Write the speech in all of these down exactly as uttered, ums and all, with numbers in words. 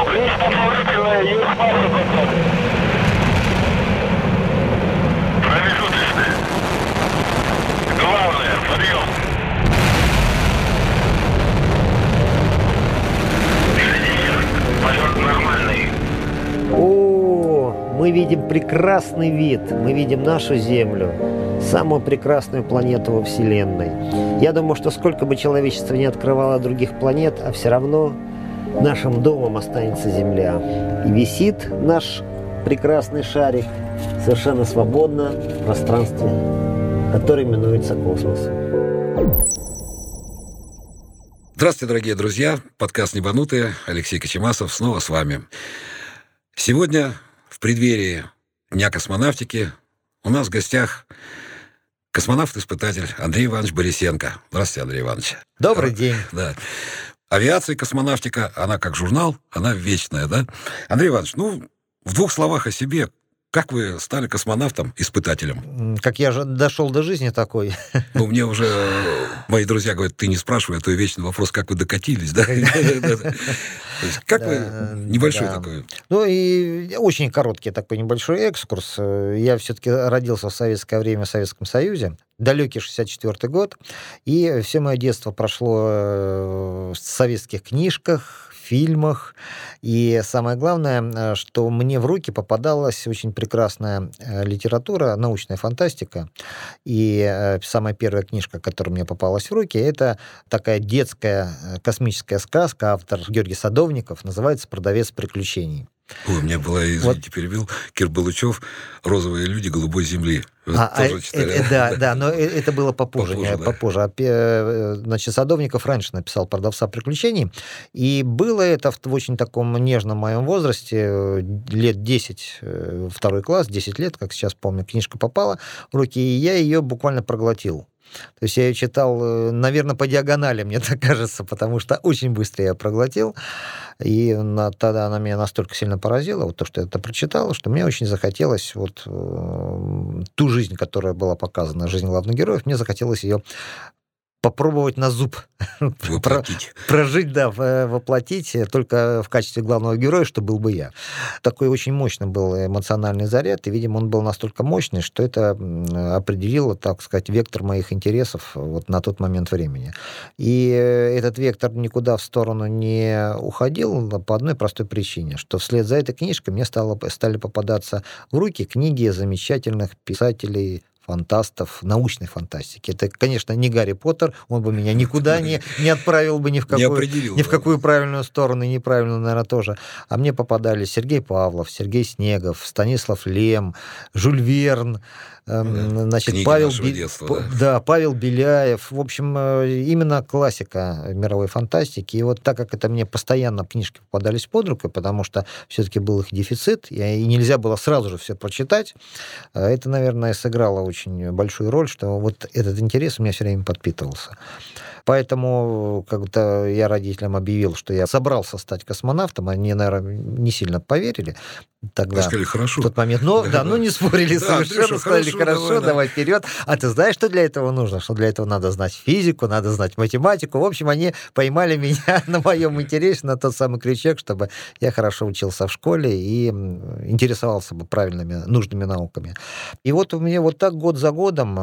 Есть положительное, есть паспорт. Промежуточное. Главное, подъем. Полет нормальный. О, мы видим прекрасный вид, мы видим нашу Землю, самую прекрасную планету во Вселенной. Я думаю, что сколько бы человечество ни открывало других планет, а все равно нашим домом останется Земля. И висит наш прекрасный шарик совершенно свободно в пространстве, которое именуется космос. Здравствуйте, дорогие друзья. Подкаст «Небанутые». Алексей Кочемасов снова с вами. Сегодня, в преддверии Дня космонавтики, у нас в гостях космонавт-испытатель Андрей Иванович Борисенко. Здравствуйте, Андрей Иванович. Добрый день. Да. Авиация и космонавтика, она как журнал, она вечная, да? Андрей Иванович, ну, в двух словах о себе. Как вы стали космонавтом-испытателем? Как я же дошел до жизни такой. Ну, мне уже мои друзья говорят, ты не спрашивай, а то и вечный вопрос, как вы докатились, да? Как вы... Небольшой такой. Ну, и очень короткий такой небольшой экскурс. Я все-таки родился в советское время в Советском Союзе. Далекий шестьдесят четвёртый год. И все мое детство прошло в советских книжках, фильмах. И самое главное, что мне в руки попадалась очень прекрасная литература, научная фантастика. И самая первая книжка, которая мне попалась в руки, это такая детская космическая сказка, автор Георгий Садовников, называется «Продавец приключений». Ой, у меня была, извините, вот. перебил, Кир Балычев «Розовые люди голубой земли». Вы а, тоже а, читали? Это, да, да, но это было попозже. Попозже, да. попозже. А, значит, Садовников раньше написал «Продавца приключений», и было это в, в очень таком нежном моем возрасте, лет десять, второй класс, десять лет, как сейчас помню, книжка попала в руки, и я ее буквально проглотил. То есть я ее читал, наверное, по диагонали, мне так кажется, потому что очень быстро я проглотил. И на, тогда она меня настолько сильно поразила, вот то, что я это прочитал, что мне очень захотелось вот э, ту жизнь, которая была показана, жизнь главных героев, мне захотелось ее попробовать на зуб. Воплотить. Прожить, да, воплотить, только в качестве главного героя, что был бы я. Такой очень мощный был эмоциональный заряд, и, видимо, он был настолько мощный, что это определило, так сказать, вектор моих интересов вот на тот момент времени. И этот вектор никуда в сторону не уходил по одной простой причине, что вслед за этой книжкой мне стало, стали попадаться в руки книги замечательных писателей, фантастов, научной фантастики. Это, конечно, не Гарри Поттер, он бы меня никуда не, не отправил бы ни в какую, ни в какую правильную сторону, неправильную, наверное, тоже. А мне попадались Сергей Павлов, Сергей Снегов, Станислав Лем, Жюль Верн, э, да, значит, Павел, Би... детства, да. Да, Павел Беляев. В общем, именно классика мировой фантастики. И вот так как это мне постоянно книжки попадались под руку, потому что все-таки был их дефицит, и нельзя было сразу же все прочитать, это, наверное, сыграло очень очень большую роль, что вот этот интерес у меня все время подпитывался. Поэтому как-то я родителям объявил, что я собрался стать космонавтом, они, наверное, не сильно поверили тогда. Вы сказали, хорошо. В тот момент. Но, да, да, ну не спорили да, совершенно, хорошо, сказали, хорошо, хорошо, давай, давай да. вперед. А ты знаешь, что для этого нужно? Что для этого надо знать физику, надо знать математику. В общем, они поймали меня на моем интересе, на тот самый крючок, чтобы я хорошо учился в школе и интересовался бы правильными, нужными науками. И вот у меня вот так год за годом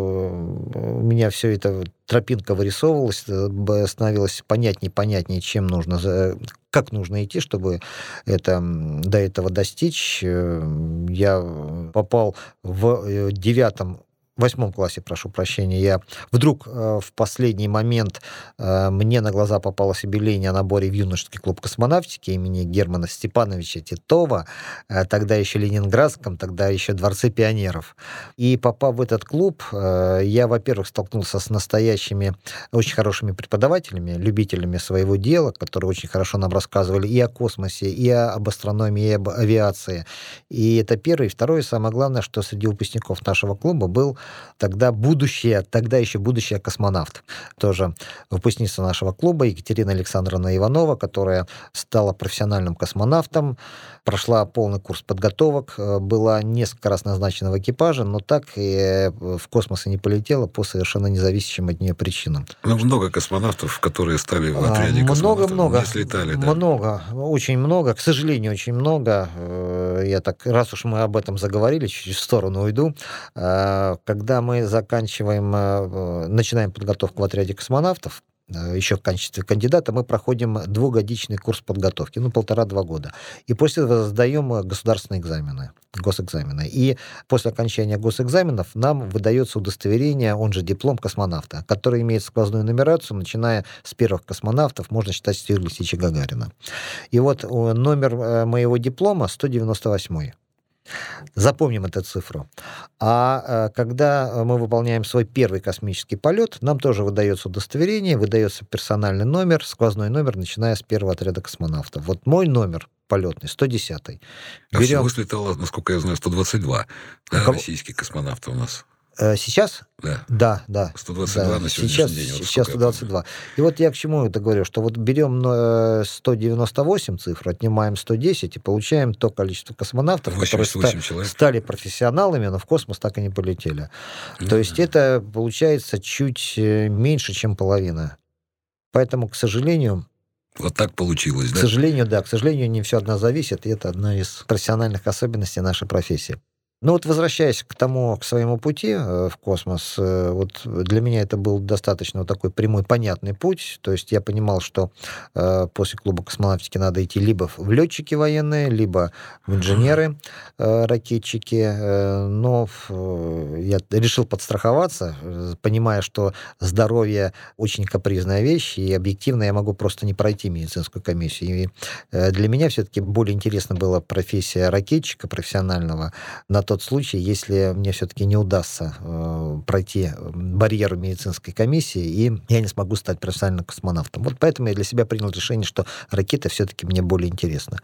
у меня все это тропинка вырисовывалась, становилось понятнее, понятнее, чем нужно, как нужно идти, чтобы это, до этого достичь. Я попал в девятом в восьмом классе, прошу прощения, я вдруг э, в последний момент э, мне на глаза попалось объявление о наборе в юношеский клуб космонавтики имени Германа Степановича Титова, э, тогда еще Ленинградском, тогда еще Дворце пионеров. И попав в этот клуб, э, я, во-первых, столкнулся с настоящими, очень хорошими преподавателями, любителями своего дела, которые очень хорошо нам рассказывали и о космосе, и об астрономии, и об авиации. И это первое. И второе, самое главное, что среди выпускников нашего клуба был тогда будущее, тогда еще будущая космонавт. Тоже выпускница нашего клуба Екатерина Александровна Иванова, которая стала профессиональным космонавтом, прошла полный курс подготовок, была несколько раз назначена в экипаже, но так и в космос и не полетела по совершенно независящим от нее причинам. Ну, много космонавтов, которые стали в отряде космонавтов, много, не слетали. Да. Много, очень много, к сожалению, очень много. Я так, раз уж мы об этом заговорили, чуть в сторону уйду. Когда мы заканчиваем, начинаем подготовку в отряде космонавтов, еще в качестве кандидата, мы проходим двухгодичный курс подготовки, ну, полтора-два года. И после этого сдаем государственные экзамены, госэкзамены. И после окончания госэкзаменов нам выдается удостоверение, он же диплом космонавта, который имеет сквозную нумерацию, начиная с первых космонавтов, можно считать, с Юрия Алексеевича Гагарина. И вот номер моего диплома сто девяносто восьмой. Запомним эту цифру. А когда мы выполняем свой первый космический полет, нам тоже выдается удостоверение, выдается персональный номер, сквозной номер, начиная с первого отряда космонавтов. Вот мой номер полетный, сто десятый. А Берем... всего слетало, насколько я знаю, сто двадцать два, да, Кого... российские космонавты у нас. Сейчас? Да. Да, да. сто двадцать два да. на сегодняшний сейчас, день. Вот сейчас сто двадцать два. И вот я к чему это говорю, что вот берем сто девяносто восемь цифр, отнимаем сто десять и получаем то количество космонавтов, которые ста- стали профессионалами, но в космос так и не полетели. Mm-hmm. То есть это получается чуть меньше, чем половина. Поэтому, к сожалению... Вот так получилось, к да? К сожалению, да. К сожалению, не все от нас зависит, и это одна из профессиональных особенностей нашей профессии. Ну вот, возвращаясь к тому, к своему пути э, в космос, э, вот для меня это был достаточно вот такой прямой, понятный путь. То есть я понимал, что э, после клуба космонавтики надо идти либо в летчики военные, либо в инженеры, э, ракетчики. Э, но э, я решил подстраховаться, э, понимая, что здоровье очень капризная вещь, и объективно я могу просто не пройти медицинскую комиссию. И э, для меня все-таки более интересна была профессия ракетчика профессионального на тот случай, если мне все-таки не удастся э, пройти барьер медицинской комиссии, и я не смогу стать профессиональным космонавтом. Вот поэтому я для себя принял решение, что ракета все-таки мне более интересна.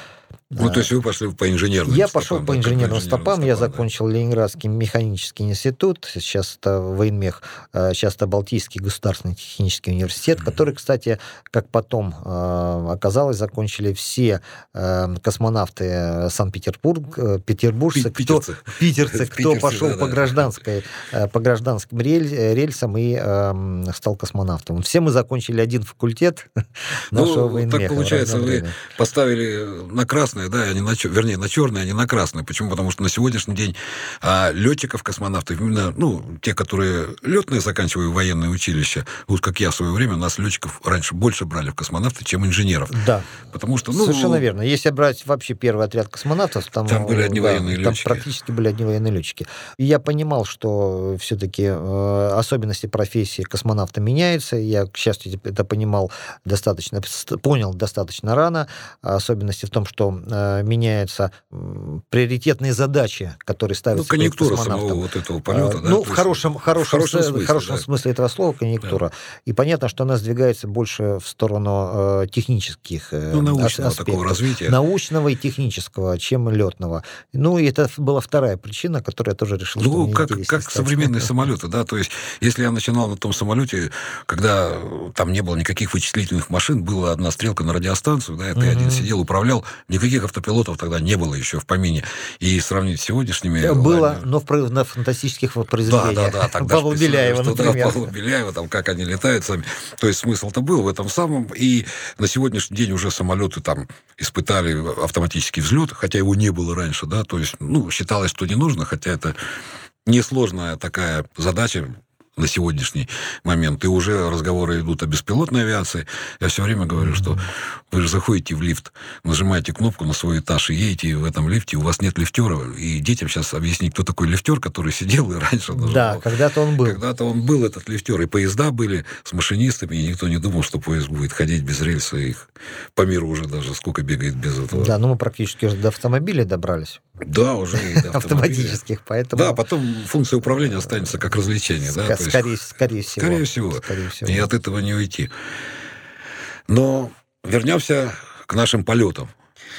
Ну, то есть вы пошли по инженерным я стопам. пошел да, по инженерным, по инженерным стопам, стопам, я да. закончил Ленинградский механический институт, сейчас это военмех, сейчас это Балтийский государственный технический университет, mm-hmm. который, кстати, как потом э, оказалось, закончили все э, космонавты Санкт-Петербург, петербуржцы, кто, питерцы, кто пошел по гражданской, по гражданским рельсам и э, стал космонавтом. Все мы закончили один факультет нашего военмеха. Так получается, вы поставили на красное, да, а не на черное, вернее, на черное, а не на красное. Почему? Потому что на сегодняшний день а, летчиков, космонавтов, именно, ну, те, которые летные заканчивают военное училище, вот как я в свое время, у нас летчиков раньше больше брали в космонавты, чем инженеров. Да. Потому что, ну... Совершенно верно. Если брать вообще первый отряд космонавтов, там, там были одни да, военные там летчики. практически были одни военные летчики. И я понимал, что все-таки э, особенности профессии космонавта меняются. Я, к счастью, это понимал достаточно, понял достаточно рано. Особенности в том, что э, меняются э, приоритетные задачи, которые ставятся ну, конъюнктура космонавтам. Самого вот этого полета, э, да? Ну, в хорошем, хорошем, в хорошем, смысле, в хорошем да. смысле этого слова конъюнктура. Да. И понятно, что она сдвигается больше в сторону э, технических э, ну, научного аспектов. такого развития. Научного и технического, чем летного. Ну, и это была вторая причина, которую я тоже решил, ну, что мне как, интересно как стать. современные самолеты, да, то есть, если я начинал на том самолете, когда там не было никаких вычислительных машин, была одна стрелка на радиостанцию, да, и ты mm-hmm. один сидел, управлял, никаких автопилотов тогда не было еще в помине. И сравнить с сегодняшними... Было, ладно, но в, на фантастических произведениях. Да, да, да. Тогда Павла Беляева, что, например. Да, Павла Беляева, там, как они летают сами. То есть смысл-то был в этом самом. И на сегодняшний день уже самолеты там испытали автоматический взлет, хотя его не было раньше, да, то есть, ну, считалось, что не нужно, хотя это несложная такая задача на сегодняшний момент. И уже разговоры идут о беспилотной авиации. Я все время говорю, mm-hmm. что вы же заходите в лифт, нажимаете кнопку на свой этаж и едете в этом лифте, у вас нет лифтера. И детям сейчас объяснить, кто такой лифтер, который сидел и раньше нажимал. Да, когда-то он был. Когда-то он был, этот лифтер. И поезда были с машинистами, и никто не думал, что поезд будет ходить без рельса. Их по миру уже даже сколько бегает без этого. Да, ну мы практически уже до автомобилей добрались. Да, уже и до автоматических, поэтому... Да, потом функция управления останется как развлечение. Да? Скорее, скорее всего. Скорее всего. Скорее всего. И от этого не уйти. Но вернемся к нашим полетам.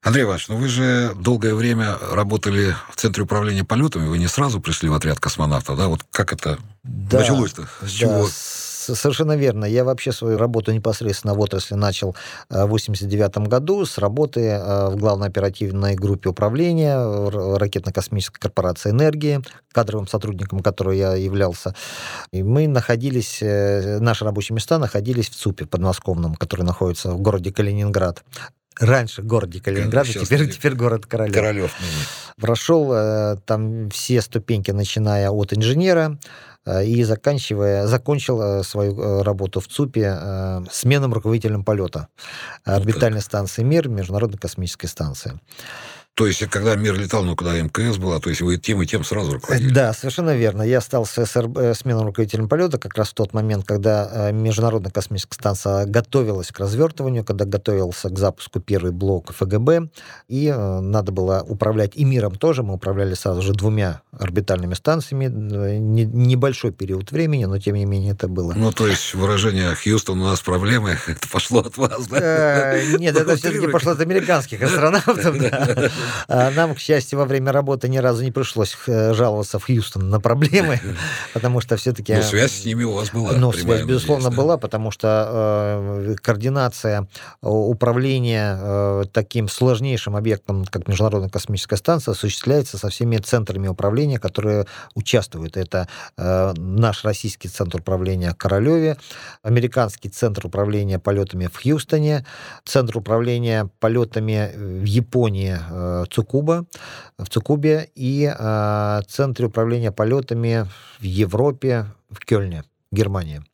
Андрей Иванович, ну вы же долгое время работали в Центре управления полетами, вы не сразу пришли в отряд космонавтов, да? Вот как это да, началось-то? С да, чего? Совершенно верно. Я вообще свою работу непосредственно в отрасли начал в восемьдесят девятом году с работы в главной оперативной группе управления ракетно-космической корпорации «Энергии», кадровым сотрудником которой я являлся. И мы находились, наши рабочие места находились в ЦУПе подмосковном, который находится в городе Калининград. Раньше в городе Калининград, а теперь, теперь город Королев. Королев. Прошел э, там все ступеньки, начиная от инженера э, и заканчивая, закончил э, свою э, работу в ЦУПе э, сменным руководителем полета орбитальной вот станции «Мир», Международной космической станции. То есть, когда «Мир» летал, ну, когда МКС была, то есть вы тем и тем сразу руководили? Да, совершенно верно. Я стал сменным руководителем полета как раз в тот момент, когда Международная космическая станция готовилась к развертыванию, когда готовился к запуску первый блок ФГБ, и надо было управлять и «Миром» тоже. Мы управляли сразу же двумя орбитальными станциями. Небольшой период времени, но тем не менее это было. Ну, то есть выражение «Хьюстон, у нас проблемы», это пошло от вас, да? Нет, это все-таки пошло от американских астронавтов, да. Нам, к счастью, во время работы ни разу не пришлось жаловаться в Хьюстон на проблемы, потому что все-таки... Ну, связь с ними у вас была. Ну, связь, безусловно, здесь, да? была, потому что э, координация управления э, таким сложнейшим объектом, как Международная космическая станция, осуществляется со всеми центрами управления, которые участвуют. Это э, наш российский центр управления в Королеве, американский центр управления полетами в Хьюстоне, центр управления полетами в Японии, Цукуба, в Цукубе и э, Центре управления полетами в Европе, в Кёльне, Германия.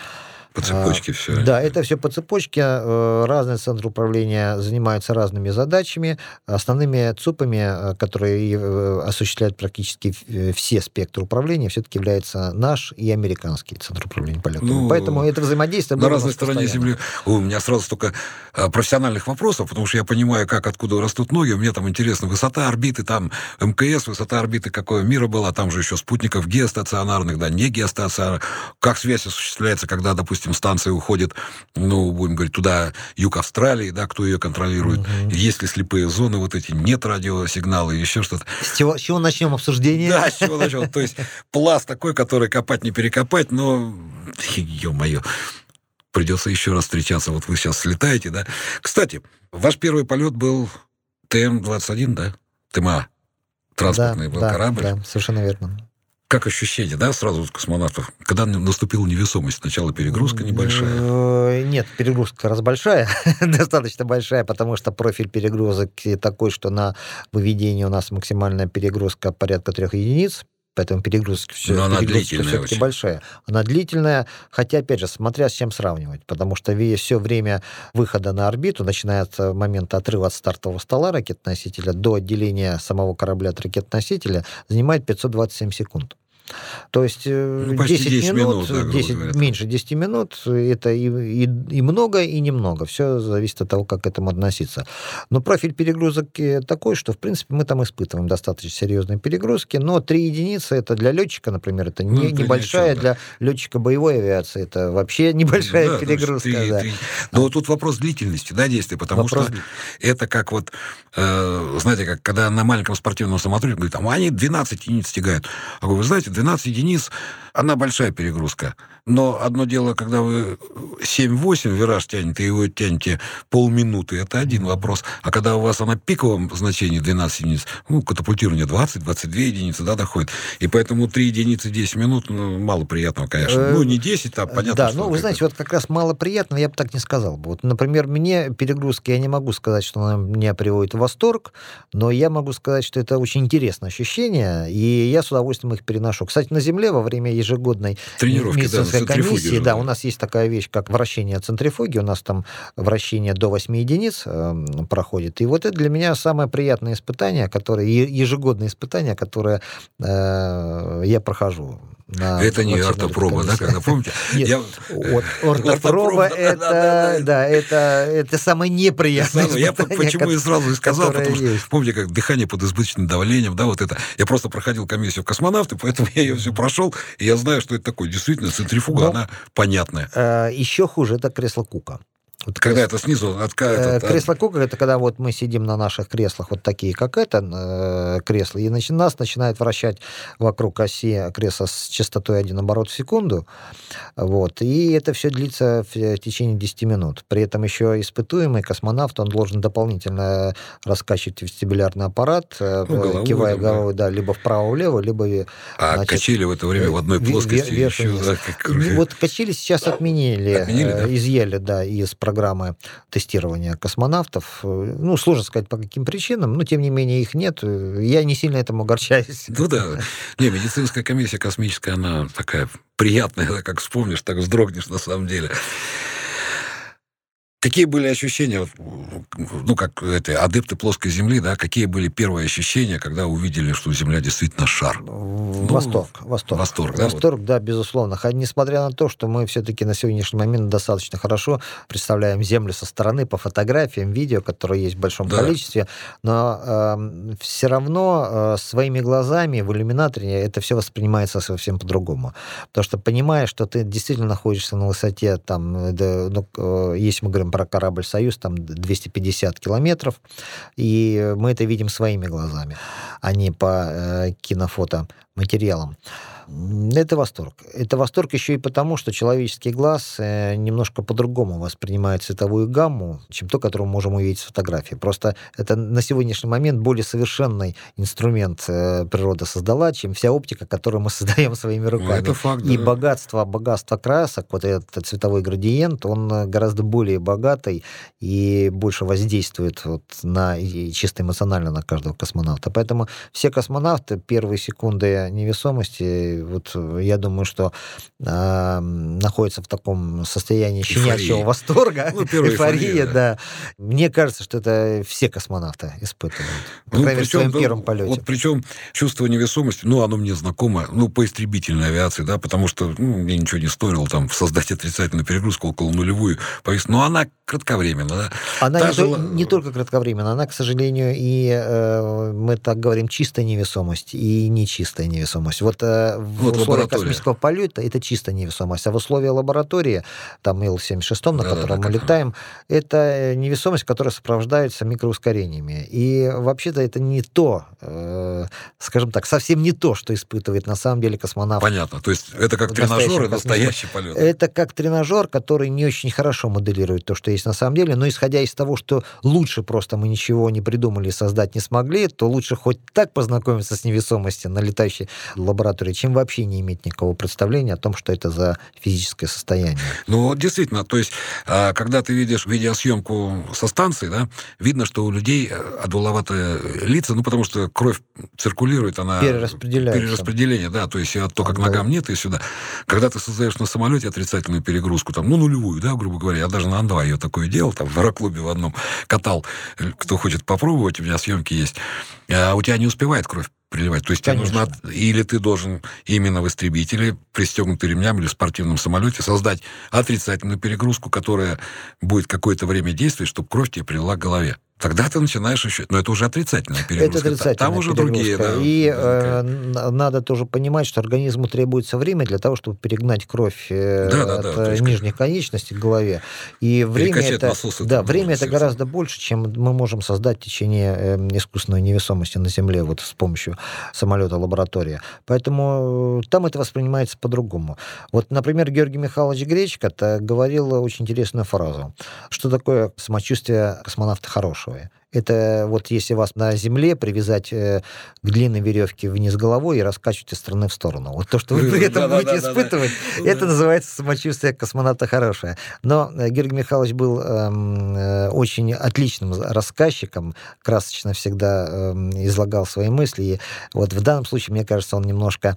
По цепочке а, все. Да, это все по цепочке. Разные центры управления занимаются разными задачами. Основными ЦУПами, которые осуществляют практически все спектры управления, все-таки является наш и американский центр управления полетами. Ну, поэтому это взаимодействие на разной стороне Земли. У меня сразу столько профессиональных вопросов, потому что я понимаю, как, откуда растут ноги. Мне там интересно высота орбиты, там МКС, высота орбиты какого мира была, там же еще спутников геостационарных, да, не геостационарных. Как связь осуществляется, когда, допустим, станция уходит, ну, будем говорить, туда, юг Австралии, да, кто ее контролирует, угу. Есть ли слепые зоны вот эти, нет радиосигнала, еще что-то. С чего, с чего начнем обсуждение? Да, с чего начнем. То есть пласт такой, который копать не перекопать, но, ё-моё, придется еще раз встречаться. Вот вы сейчас слетаете, да? Кстати, ваш первый полет был Тэ Эм двадцать один, да? ТМА. Транспортный да, был да, корабль. Да, совершенно верно. Как ощущение, да, сразу от космонавтов? Когда наступила невесомость, сначала перегрузка небольшая? Нет, перегрузка раз большая, достаточно большая, потому что профиль перегрузок такой, что на выведении у нас максимальная перегрузка порядка трех единиц. Поэтому перегрузка, все, Но она перегрузка длительная все-таки очень. большая. Она длительная, хотя, опять же, смотря с чем сравнивать. Потому что все время выхода на орбиту, начиная от момента отрыва от стартового стола ракет-носителя до отделения самого корабля от ракет-носителя, занимает пятьсот двадцать семь секунд. То есть ну, десять, десять минут, минут десять, меньше десяти минут, это и, и, и много, и немного. Все зависит от того, как к этому относиться. Но профиль перегрузок такой, что, в принципе, мы там испытываем достаточно серьезные перегрузки, но три единицы, это для летчика, например, это не, ну, это небольшая, ничего, да. Для летчика боевой авиации это вообще небольшая да, перегрузка. три, да. три. Но а. тут вопрос длительности, да, действия, потому вопрос... что это как вот, э, знаете, как когда на маленьком спортивном самолете говорят, там, они двенадцать единиц стягают. А вы знаете, двенадцать единиц, она большая перегрузка. Но одно дело, когда вы семь-восемь вираж тянете, и вы тянете полминуты, это один вопрос. А когда у вас она в пиковом значении двенадцать единиц, ну, катапультирование двадцать-двадцать две единицы, да, доходит. И поэтому три единицы десять минут, ну, мало приятного, конечно. Ну, не десять, а понятно, да, что... Да, ну, вы знаете, вот как раз мало приятного, я бы так не сказал. Вот, например, мне перегрузки, я не могу сказать, что она меня приводит в восторг, но я могу сказать, что это очень интересное ощущение, и я с удовольствием их переношу. Кстати, на Земле во время ежегодной тренировки, медицинской да, комиссии, да, у нас есть такая вещь, как вращение центрифуги, у нас там вращение до восьми единиц э, проходит, и вот это для меня самое приятное испытание, которое, ежегодное испытание, которое э, я прохожу. На, это не ортопроба, да, когда, помните? Нет, я... вот, ортопроба, это, да, да, да, это, это самое неприятное испытание. Я почему и сразу и сказал, потому что, помните, как дыхание под избыточным давлением, да, вот это. Я просто проходил комиссию в космонавты, поэтому я ее все прошел, и я знаю, что это такое. Действительно, центрифуга, но, она понятная. Э, еще хуже, это кресло Кука. Вот Когда крес- это снизу от... э, от- Кресло-куколь — это когда вот мы сидим на наших креслах, вот такие, как это э, кресло, и начи- нас начинает вращать вокруг оси кресла с частотой один оборот в секунду, вот, и это все длится в э, течение десяти минут. При этом еще испытуемый космонавт, он должен дополнительно раскачивать вестибулярный аппарат, э, Ну, головой кивая там, да. головой, да, либо вправо-влево, либо... э, А значит, качели в это время в одной ве- плоскости ве- вверх и еще... вниз. да, как- Ну, Вот качели сейчас отменили, Отменили, э, да? изъяли, да, из программы тестирования космонавтов. Э, Ну, сложно сказать, по каким причинам, но, тем не менее, их нет. Э, Я не сильно этому огорчаюсь. Ну да. Не, медицинская комиссия космическая, она такая приятная, да, как вспомнишь, так вздрогнешь на самом деле. Какие были ощущения, вот, ну, как это, адепты плоской Земли, да, какие были первые ощущения, когда увидели, что Земля действительно шар? Восторг, восторг. восторг, да, Восторг, да, безусловно. Хотя, несмотря на то, что мы все-таки на сегодняшний момент достаточно хорошо представляем Землю со стороны по фотографиям, видео, которые есть в большом Да. количестве, но э, все равно э, своими глазами в иллюминаторе это все воспринимается совсем по-другому. Потому что понимаешь, что ты действительно находишься на высоте, там, да, ну, э, если мы говорим про корабль «Союз», там двести пятьдесят километров, и мы это видим своими глазами, а не по э, кинофотоматериалам. Это восторг. Это восторг еще и потому, что человеческий глаз э, немножко по-другому воспринимает цветовую гамму, чем то, которую мы можем увидеть с фотографии. Просто это на сегодняшний момент более совершенный инструмент э, природа создала, чем вся оптика, которую мы создаем своими руками. Ну, это факт, И да. богатство, богатство красок, вот этот цветовой градиент, он гораздо более богатый и больше воздействует вот на, и чисто эмоционально на каждого космонавта. Поэтому все космонавты первые секунды невесомости, вот я думаю, что э, находятся в таком состоянии щенячьего Эйфории. восторга, Ну, первая эйфория, эйфория, да. Мне кажется, что это все космонавты испытывают. По Ну, крайней мере, в причем, своем да, первом полете. Вот причем чувство невесомости, ну, оно мне знакомо, ну, по истребительной авиации, да, потому что ну, мне ничего не стоило там создать отрицательную перегрузку около нулевую повесить, но она кратковременна, да. Она Та не, же то- ла- не только кратковременна, она, к сожалению, и э, мы так говорим, чистая невесомость и нечистая невесомость. Вот э, в Вот условиях лаборатория. космического полета это чистая невесомость, а в условиях лаборатории, там Ил семьдесят шесть, на Да-да-да, котором мы как она. летаем, это невесомость, которая сопровождается микроускорениями. И вообще-то это не то, э, скажем так, совсем не то, что испытывает на самом деле космонавт. Понятно, то есть это как в настоящем тренажер и космическом- настоящий полет. Это как тренажер, который не очень хорошо моделирует то, что есть на самом деле, но исходя из того, что лучше просто мы ничего не придумали и создать не смогли, то лучше хоть так познакомиться с невесомостью на летающей лаборатории, чем вообще не иметь никакого представления о том, что это за физическое состояние. Ну, вот действительно, то есть, а, когда ты видишь видеосъемку со станции, да, видно, что у людей э, одуловатые лица, ну, потому что кровь циркулирует, она... Перераспределяется. Перераспределение, да, то есть от то, как Ага. ногам нет, и сюда. Когда ты создаешь на самолете отрицательную перегрузку, там, ну, нулевую, да, грубо говоря, я даже на Ан два ее такое делал, там, в аэроклубе в одном катал, кто хочет попробовать, у меня съемки есть, а у тебя не успевает кровь приливать. То есть тебе Конечно. нужно... Или ты должен именно в истребителе, пристегнутый ремням или в спортивном самолете, создать отрицательную перегрузку, которая будет какое-то время действовать, чтобы кровь тебе прилила к голове. Тогда ты начинаешь еще... Но это уже отрицательная перегрузка. Это отрицательная Там уже перегрузка. другие, да. И э, возникают. н- надо тоже понимать, что организму требуется время для того, чтобы перегнать кровь э, Да, да, от да, э, то есть нижних конечностей к голове. И время Перекачать это, насосы да, там время нужно это сердца. гораздо больше, чем мы можем создать в течение э, искусственной невесомости на Земле вот с помощью самолета лаборатория. Поэтому э, там это воспринимается по-другому. Вот, например, Георгий Михайлович Гречко говорил очень интересную фразу. Что такое самочувствие космонавта хорошего? Это вот если вас на Земле привязать э, к длинной веревке вниз головой и раскачивать из стороны в сторону. Вот то, что вы при этом Да-да-да-да-да. будете испытывать, это называется самочувствие космонавта хорошее. Но э, Георгий Михайлович был эм, э, очень отличным рассказчиком, красочно всегда эм, излагал свои мысли. И вот в данном случае, мне кажется, он немножко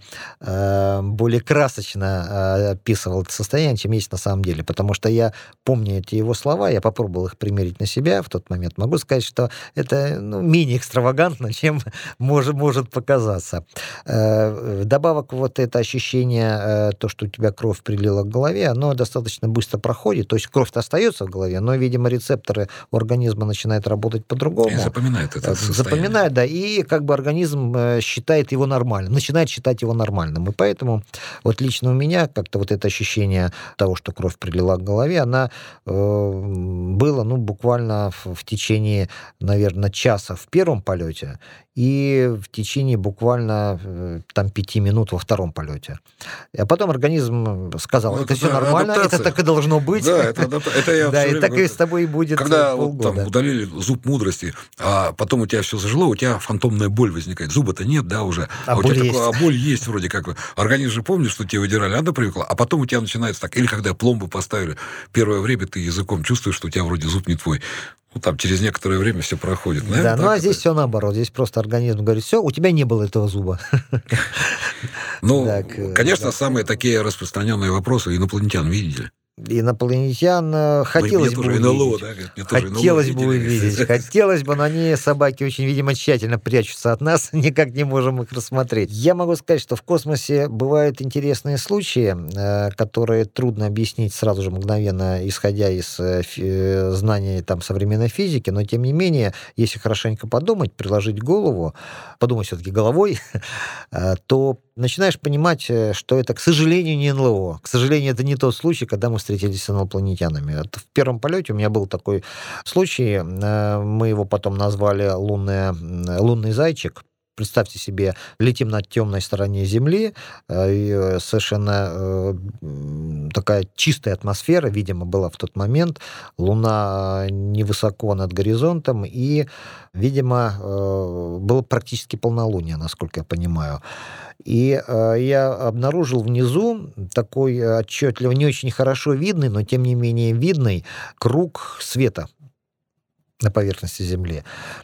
э, более красочно э, описывал это состояние, чем есть на самом деле. Потому что я помню эти его слова, я попробовал их примерить на себя в тот момент. Могу сказать, что что это ну, менее экстравагантно, чем может, может показаться. Вдобавок вот это ощущение, то, что у тебя кровь прилила к голове, оно достаточно быстро проходит. То есть кровь-то остается в голове, но, видимо, рецепторы у организма начинают работать по-другому. И запоминает это состояние. Запоминает, да, и как бы организм считает его нормальным, начинает считать его нормальным. И поэтому вот лично у меня как-то вот это ощущение того, что кровь прилила к голове, она э, было, ну, буквально в, в течение, наверное, часа в первом полете и в течение буквально э, там пяти минут во втором полете. А потом организм сказал, ну, это, это все да, нормально, адаптация. Это так и должно быть. Да, это, это я да, все и время так говорю, и с тобой и будет когда полгода. Вот, там удалили зуб мудрости, а потом у тебя все зажило, у тебя фантомная боль возникает. Зуба-то нет, да, уже. А, а у боль тебя есть. такое, а боль есть вроде как. Организм же помнит, что тебе выдирали, она привыкла, а потом у тебя начинается так. Или когда пломбу поставили, первое время ты языком чувствуешь, что у тебя вроде зуб не твой. Ну, там через некоторое время все проходит. Наверное, да, ну а это... здесь все наоборот. Здесь просто организм говорит, все, у тебя не было этого зуба. Ну, так, конечно, да. самые такие распространенные вопросы инопланетян видели. Инопланетян хотелось бы увидеть. НЛО, да? Мне тоже Хотелось НЛО бы видели. увидеть. Хотелось бы, но они, собаки, очень, видимо, тщательно прячутся от нас, никак не можем их рассмотреть. Я могу сказать, что в космосе бывают интересные случаи, которые трудно объяснить сразу же мгновенно, исходя из знаний там, современной физики, но, тем не менее, если хорошенько подумать, приложить голову, подумать все-таки головой, то начинаешь понимать, что это, к сожалению, не НЛО. К сожалению, это не тот случай, когда мы встретились с инопланетянами. В первом полете у меня был такой случай, мы его потом назвали «Лунная, «Лунный зайчик». Представьте себе, летим над темной стороне Земли, и совершенно такая чистая атмосфера, видимо, была в тот момент, Луна невысоко над горизонтом, и, видимо, было практически полнолуние, насколько я понимаю. И я обнаружил внизу такой отчетливо, не очень хорошо видный, но тем не менее видный круг света на поверхности Земли.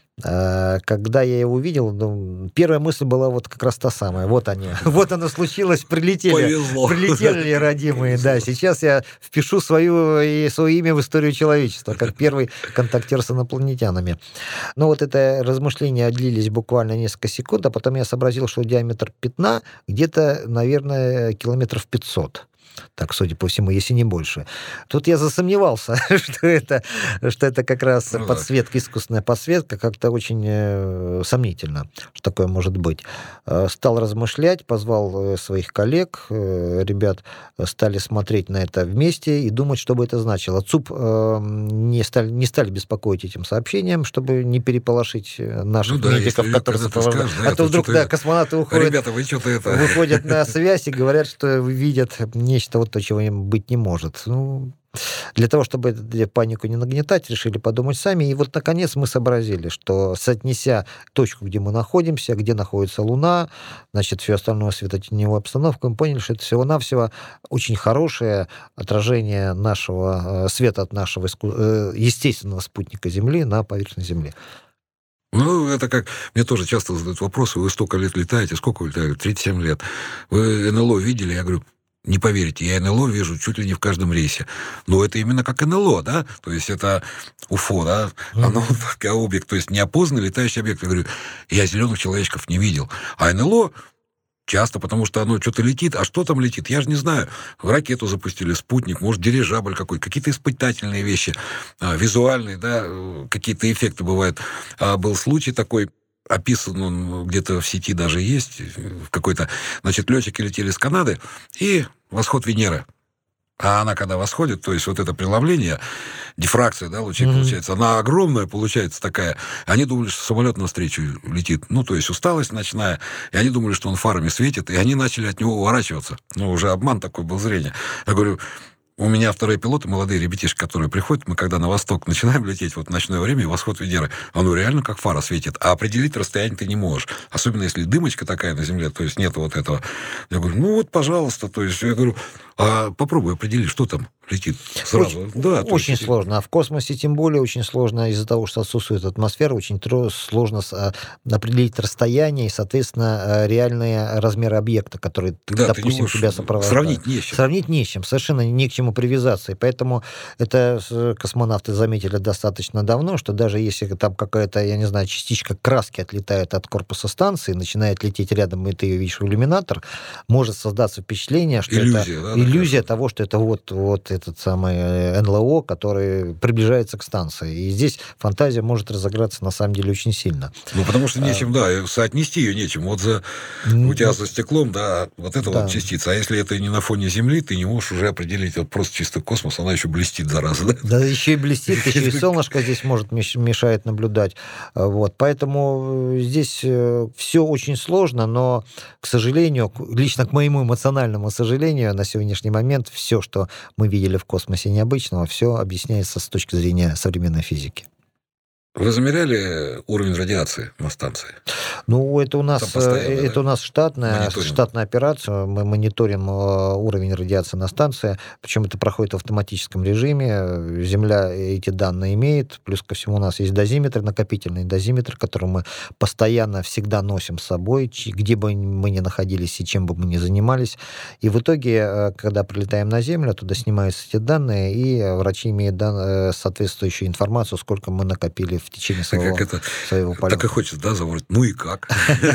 Когда я его увидел, ну, первая мысль была вот как раз та самая. Вот они. Вот оно случилось, прилетели. Повезло. Прилетели родимые. Да, сейчас я впишу свою, и свое имя в историю человечества, как первый контактер с инопланетянами. Но вот это размышления длились буквально несколько секунд, а потом я сообразил, что диаметр пятна где-то, наверное, километров пятьсот. Так, судя по всему, если не больше. Тут я засомневался, что это, что это как раз ну, подсветка, искусственная подсветка, как-то очень э, сомнительно, что такое может быть. Э, стал размышлять, позвал своих коллег, э, ребят стали смотреть на это вместе и думать, что бы это значило. ЦУП э, не, стали, не стали беспокоить этим сообщением, чтобы не переполошить наших ну, да, медиков, которые сопровождают. Да, а то вдруг да, космонавты уходят, ребята, вы что-то это... выходят на связь и говорят, что видят нечто вот то, чего им быть не может. Ну, для того, чтобы панику не нагнетать, решили подумать сами. И вот, наконец, мы сообразили, что, соотнеся точку, где мы находимся, где находится Луна, значит, всю остальную светотеневую обстановку, мы поняли, что это всего-навсего очень хорошее отражение нашего света от нашего естественного спутника Земли на поверхность Земли. Ну, это как... Мне тоже часто задают вопросы, вы столько лет летаете, сколько вы летаете? тридцать семь лет. Вы НЛО видели? Я говорю, не поверите, я НЛО вижу чуть ли не в каждом рейсе. Но это именно как НЛО, да? То есть это УФО, да? Оно как объект, то есть неопознанный летающий объект. Я говорю, я зеленых человечков не видел. А НЛО часто, потому что оно что-то летит. А что там летит? Я же не знаю. Ракету запустили, спутник, может, дирижабль какой-то. Какие-то испытательные вещи, визуальные, да? Какие-то эффекты бывают. А был случай такой... Описан он где-то в сети даже есть, в какой-то... Значит, летчики летели с Канады, и восход Венеры. А она, когда восходит, то есть вот это преломление, дифракция, да, лучей mm-hmm. получается, она огромная получается такая. Они думали, что самолет навстречу летит. Ну, то есть усталость ночная. И они думали, что он фарами светит, и они начали от него уворачиваться. Ну, уже обман такой был зрение. Я говорю... У меня вторые пилоты, молодые ребятишки, которые приходят, мы когда на восток начинаем лететь, вот в ночное время, и восход Венеры, оно реально как фара светит, а определить расстояние ты не можешь. Особенно если дымочка такая на Земле, то есть нет вот этого. Я говорю, ну вот, пожалуйста, то есть я говорю, а попробуй определить, что там. летит сразу. Очень, да, очень есть... сложно. А в космосе тем более очень сложно из-за того, что отсутствует атмосфера, очень тро- сложно с, а, определить расстояние и, соответственно, реальные размеры объекта, которые, да, допустим, тебя сопровождают. Сравнить не с чем. Сравнить не с чем. Совершенно не к чему привязаться. И поэтому это космонавты заметили достаточно давно, что даже если там какая-то, я не знаю, частичка краски отлетает от корпуса станции, начинает лететь рядом, и ты ее видишь в иллюминатор, может создаться впечатление, что иллюзия, это да, иллюзия такая. того, что это вот, вот этот самый эн эл о, который приближается к станции. И здесь фантазия может разыграться на самом деле очень сильно. Ну, потому что нечем, а, да, соотнести ее нечем. Вот за, у тебя за стеклом, да, вот эта да. вот частица. А если это не на фоне Земли, ты не можешь уже определить, вот просто чисто космос, она еще блестит, зараза, да? Да, еще и блестит, еще и солнышко здесь может мешает наблюдать. Вот. Поэтому здесь все очень сложно, но, к сожалению, лично к моему эмоциональному сожалению, на сегодняшний момент все, что мы видели в космосе необычного, все объясняется с точки зрения современной физики. Вы замеряли уровень радиации на станции? Ну, это у нас, это да? у нас штатная, штатная операция. Мы мониторим уровень радиации на станции, причем это проходит в автоматическом режиме. Земля эти данные имеет. Плюс ко всему у нас есть дозиметр, накопительный дозиметр, который мы постоянно всегда носим с собой, где бы мы ни находились и чем бы мы ни занимались. И в итоге, когда прилетаем на Землю, туда снимаются эти данные, и врачи имеют дан... соответствующую информацию, сколько мы накопили в течение своего, это, своего полета. Так и хочется, да, заворот. Ну и как?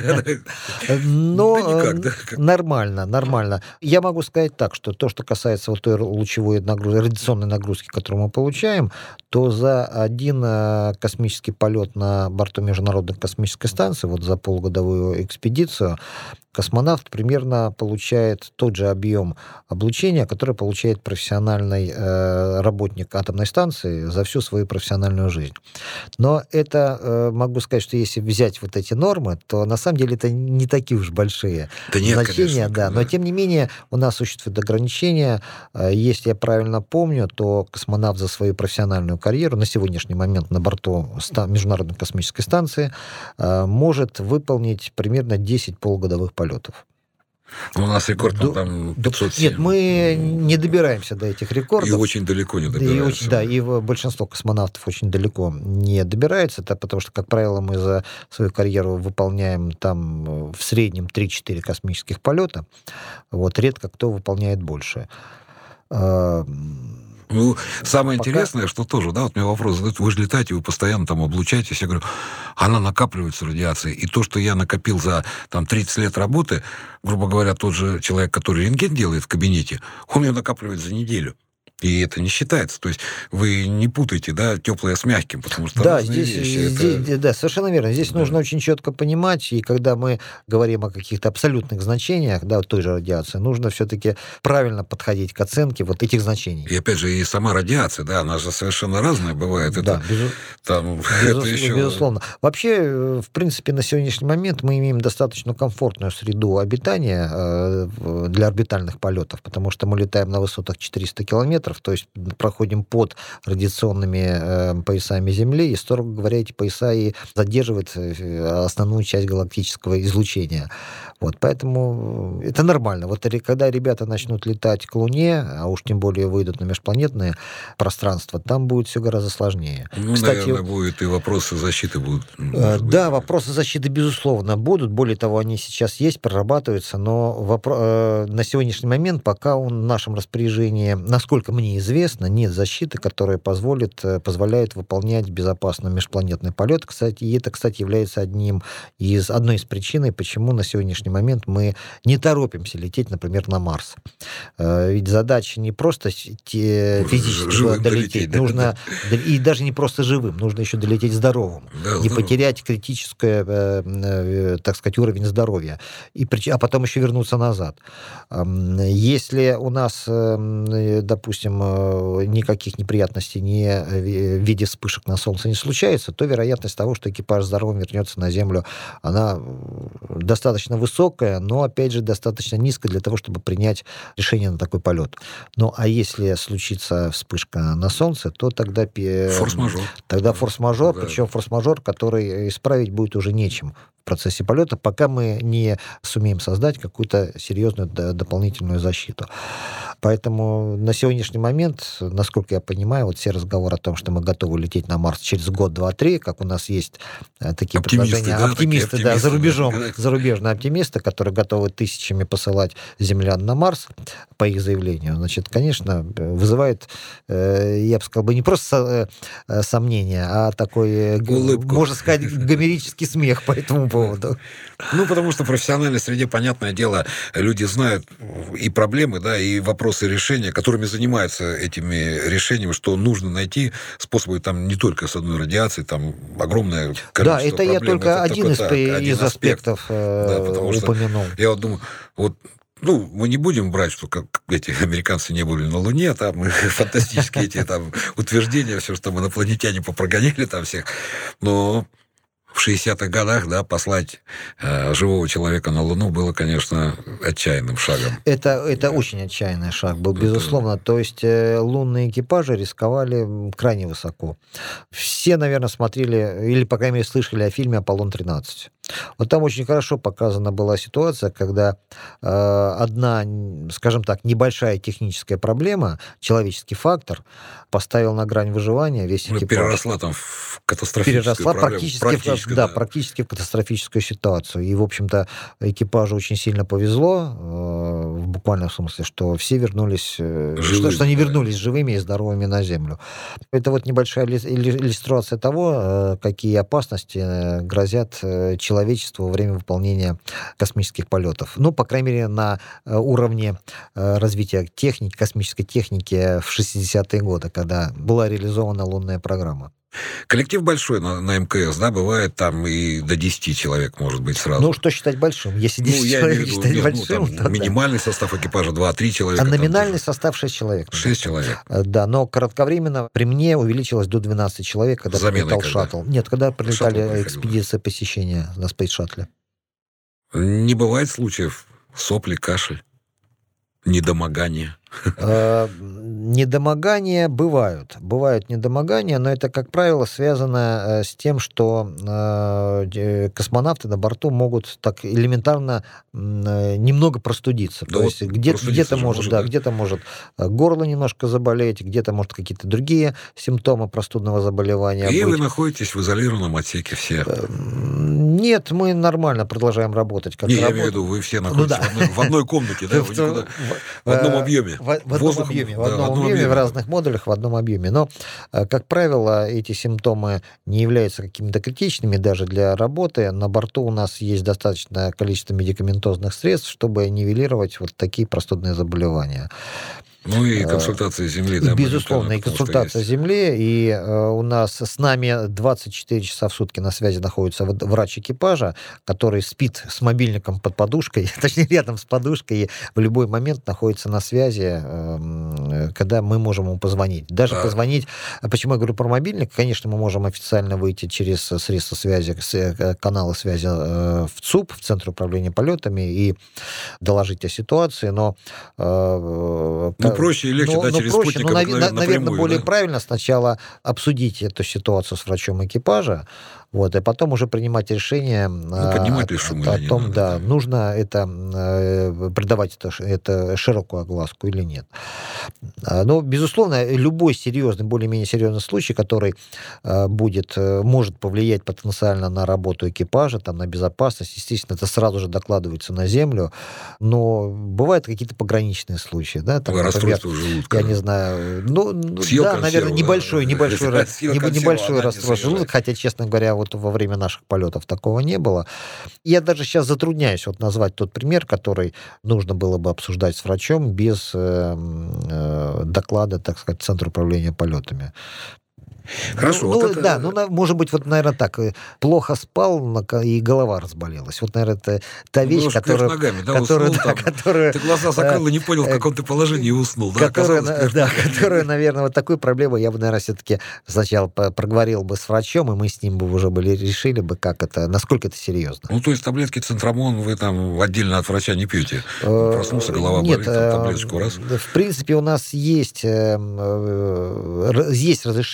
Но нормально, нормально. Я могу сказать так, что то, что касается вот той лучевой нагрузки, радиационной нагрузки, которую мы получаем, то за один космический полет на борту Международной космической станции, вот за полугодовую экспедицию, космонавт примерно получает тот же объем облучения, который получает профессиональный э, работник атомной станции за всю свою профессиональную жизнь. Но это, э, могу сказать, что если взять вот эти нормы, то на самом деле это не такие уж большие да нет, значения. Конечно, да. Но тем не менее у нас существуют ограничения. Если я правильно помню, то космонавт за свою профессиональную карьеру на сегодняшний момент на борту Международной космической станции э, может выполнить примерно десять полугодовых полетов. У нас рекорд До, там пятьсот семь. Нет, мы не добираемся до этих рекордов. И очень далеко не добираемся. И очень, да, и большинство космонавтов очень далеко не добирается, это потому что, как правило, мы за свою карьеру выполняем там в среднем три-четыре космических полета. Вот, редко кто выполняет больше. Ну, самое Пока... интересное, что тоже, да, вот мне вопрос задают, вы же летаете, вы постоянно там облучаетесь, я говорю, она накапливается, радиация, и то, что я накопил за там тридцать лет работы, грубо говоря, тот же человек, который рентген делает в кабинете, он ее накапливает за неделю. И это не считается. То есть вы не путаете, да, теплое с мягким, потому что да, разные здесь, вещи. здесь, это... да, совершенно верно. Здесь да. нужно очень четко понимать, и когда мы говорим о каких-то абсолютных значениях, да, той же радиации, нужно все-таки правильно подходить к оценке вот этих значений. И опять же, и сама радиация, да, она же совершенно разная бывает. Это, да, безу... там, безус... это еще... безусловно. Вообще, в принципе, на сегодняшний момент мы имеем достаточно комфортную среду обитания для орбитальных полетов, потому что мы летаем на высотах четыреста километров, то есть проходим под радиационными э, поясами Земли, и, строго говоря, эти пояса и задерживают основную часть галактического излучения. Вот, поэтому это нормально. Вот когда ребята начнут летать к Луне, а уж тем более выйдут на межпланетное пространство, там будет все гораздо сложнее. Ну, Кстати, наверное, будет и вопросы защиты будут. Э, да, вопросы защиты, безусловно, будут. Более того, они сейчас есть, прорабатываются, но вопро- э, на сегодняшний момент пока он в нашем распоряжении, насколько мне известно, нет защиты, которая позволит, позволяет выполнять безопасно межпланетный полет. Кстати, и это, кстати, является одним из, одной из причин, почему на сегодняшний момент мы не торопимся лететь, например, на Марс. Ведь задача не просто физически живым долететь, долететь, да, нужно, да. и даже не просто живым, нужно еще долететь здоровым, да, не здорово. потерять критическое, так сказать, уровень здоровья, и, а потом еще вернуться назад. Если у нас, допустим, никаких неприятностей не в виде вспышек на Солнце не случается, то вероятность того, что экипаж здоровым вернется на Землю, она достаточно высокая, но, опять же, достаточно низкая для того, чтобы принять решение на такой полет. Ну, а если случится вспышка на Солнце, то тогда... Форс-мажор. Тогда форс-мажор, да. причем форс-мажор, который исправить будет уже нечем. В процессе полета, пока мы не сумеем создать какую-то серьезную дополнительную защиту. Поэтому на сегодняшний момент, насколько я понимаю, вот все разговоры о том, что мы готовы лететь на Марс через год, два, три, как у нас есть такие оптимисты, предложения, да, оптимисты, оптимисты, да, за рубежом, да. зарубежные оптимисты, которые готовы тысячами посылать землян на Марс, по их заявлению, значит, конечно, вызывает, я бы сказал, бы не просто сомнения, а такой, улыбку, можно сказать, гомерический смех по этому поводу. Ну, потому что в профессиональной среде, понятное дело, люди знают и проблемы, да, и вопросы решения, которыми занимаются этими решениями, что нужно найти способы там не только с одной радиацией, там огромное количество да, это проблем. я только это один только из, так, один из аспектов да, потому упомянул. Что я вот думаю, вот ну, мы не будем брать, что как эти американцы не были на Луне, там фантастические эти там утверждения, все, что мы инопланетяне попрогоняли там всех, но в шестидесятых годах, да, послать э, живого человека на Луну было, конечно, отчаянным шагом. Это, это очень отчаянный шаг был, безусловно. Это... То есть э, лунные экипажи рисковали крайне высоко. Все, наверное, смотрели, или, по крайней мере, слышали о фильме «Аполлон тринадцать». Вот там очень хорошо показана была ситуация, когда э, одна, скажем так, небольшая техническая проблема, человеческий фактор, поставил на грань выживания весь экипаж. Переросла там в катастрофическую Переросла проблему. Практически, практически, в, да, да. практически в катастрофическую ситуацию. И, в общем-то, экипажу очень сильно повезло, э, в буквальном смысле, что все вернулись, э, живыми, что, что они да. вернулись живыми и здоровыми на Землю. Это вот небольшая иллюстрация того, э, какие опасности э, грозят э, человечеству во время выполнения космических полетов. Ну, по крайней мере, на э, уровне э, развития техники, космической техники в шестидесятые годы, когда была реализована лунная программа. Коллектив большой на, на МКС, да, бывает там и до десяти человек, может быть, сразу. Ну, что считать большим? Если десять ну, я человек имею в виду, считать ну, большим, там, то минимальный да. состав экипажа два-три человека. А номинальный там, состав шесть человек. шесть человек. Да, но кратковременно при мне увеличилось до двенадцати человек, когда прилетал шаттл. Нет, когда прилетали экспедиции посещения на спейс-шаттле. Не бывает случаев сопли, кашель, недомогания? Недомогания бывают. Бывают недомогания, но это, как правило, связано с тем, что космонавты на борту могут так элементарно немного простудиться. Да, То есть вот где- где-то может, может, да, да? где-то может горло немножко заболеть, где-то может какие-то другие симптомы простудного заболевания И быть. вы находитесь в изолированном отсеке все. Нет, мы нормально продолжаем работать. Как Не, я работаем. имею в виду, вы все находитесь Ну, да. в, одной, в одной комнате, да? Вы никуда... В одном объеме. В, в одном Воздухом, объеме, в да, одном в одном объеме, объеме. в разных модулях, в одном объеме. Но, как правило, эти симптомы не являются какими-то критичными даже для работы. На борту у нас есть достаточное количество медикаментозных средств, чтобы нивелировать вот такие простудные заболевания. Ну и консультация Земли, да? Безусловно, и консультация Земли. И э, у нас с нами двадцать четыре часа в сутки на связи находится врач экипажа, который спит с мобильником под подушкой, точнее, рядом с подушкой, и в любой момент находится на связи, э, когда мы можем ему позвонить. Даже а... позвонить... Почему я говорю про мобильник? Конечно, мы можем официально выйти через средства связи, каналы связи э, в ЦУП, в Центр управления полетами, и доложить о ситуации, но... Э, Ну, проще и легче, но, да, но через проще, спутник, но, наверное, наверное, более да? правильно сначала обсудить эту ситуацию с врачом экипажа, вот, и потом уже принимать решение ну, поднимать о, ли шум о, или не том, надо, да, да. нужно это э, придавать это, это широкую огласку или нет. Но, безусловно, любой серьезный, более-менее серьезный случай, который э, будет, э, может повлиять потенциально на работу экипажа, там, на безопасность, естественно, это сразу же докладывается на Землю, но бывают какие-то пограничные случаи, да, там, например, желудка. Я не знаю, ну, Съел да, консерву, наверное, небольшой, да. небольшой, Съел небольшой расстройство желудка, хотя, честно говоря, вот во время наших полетов такого не было. Я даже сейчас затрудняюсь вот назвать тот пример, который нужно было бы обсуждать с врачом без э, э, доклада, так сказать, Центра управления полетами. Хорошо. Ну, вот ну это... да, ну, может быть, вот, наверное, так, плохо спал, и голова разболелась. Вот, наверное, это та вещь, ну, которая... ногами, да, которая, уснул, да, там, которая ты глаза закрыл и не понял, в каком ты положении уснул. Да, которая, да, которая, наверное, вот такую проблему я бы, наверное, все-таки сначала проговорил бы с врачом, и мы с ним бы уже были, решили бы, как это, насколько это серьезно. Ну, то есть таблетки Центрамон вы там отдельно от врача не пьете? Проснулся, голова Нет, болит, таблеточку раз? В принципе, у нас есть, есть разрешение принять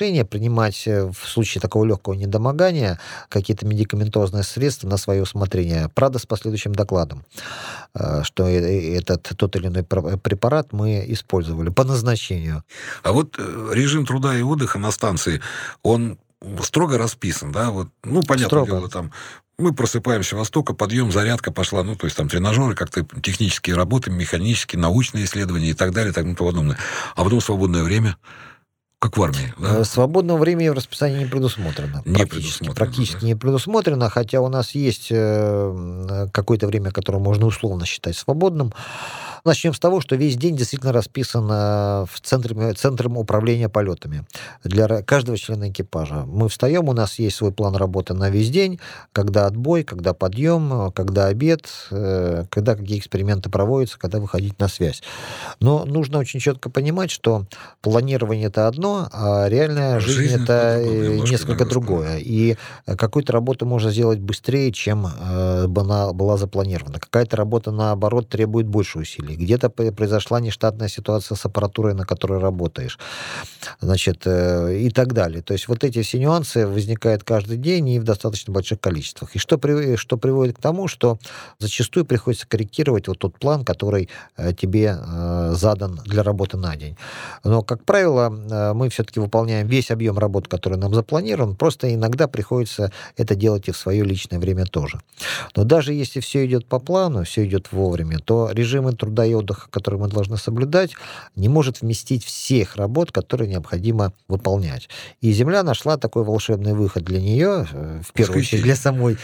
принимать в случае такого легкого недомогания какие-то медикаментозные средства на свое усмотрение. Правда, с последующим докладом, что этот тот или иной препарат мы использовали по назначению. А вот режим труда и отдыха на станции, он строго расписан, да? Вот, ну, понятное Строго. дело, там мы просыпаемся во столько, подъем, зарядка пошла, ну, то есть там тренажеры, как-то технические работы, механические, научные исследования и так далее, и так далее, и тому подобное. А потом свободное время, как в армии, да? Свободного времени в расписании не предусмотрено. Не практически предусмотрено, практически да? не предусмотрено, хотя у нас есть какое-то время, которое можно условно считать свободным. Начнем с того, что весь день действительно расписан в центре, центром управления полетами для каждого члена экипажа. Мы встаем, у нас есть свой план работы на весь день, когда отбой, когда подъем, когда обед, когда какие эксперименты проводятся, когда выходить на связь. Но нужно очень четко понимать, что планирование — это одно, а реальная жизнь, жизнь — это немножко, несколько другое. И какую-то работу можно сделать быстрее, чем она была запланирована. Какая-то работа, наоборот, требует больше усилий. Где-то произошла нештатная ситуация с аппаратурой, на которой работаешь, значит, и так далее. То есть вот эти все нюансы возникают каждый день и в достаточно больших количествах. И что, при, что приводит к тому, что зачастую приходится корректировать вот тот план, который тебе задан для работы на день. Но, как правило, мы все-таки выполняем весь объем работ, который нам запланирован, просто иногда приходится это делать и в свое личное время тоже. Но даже если все идет по плану, все идет вовремя, то режимы труда и отдыха, которые мы должны соблюдать, не может вместить всех работ, которые необходимо выполнять. И Земля нашла такой волшебный выход для нее, в первую очередь для самой.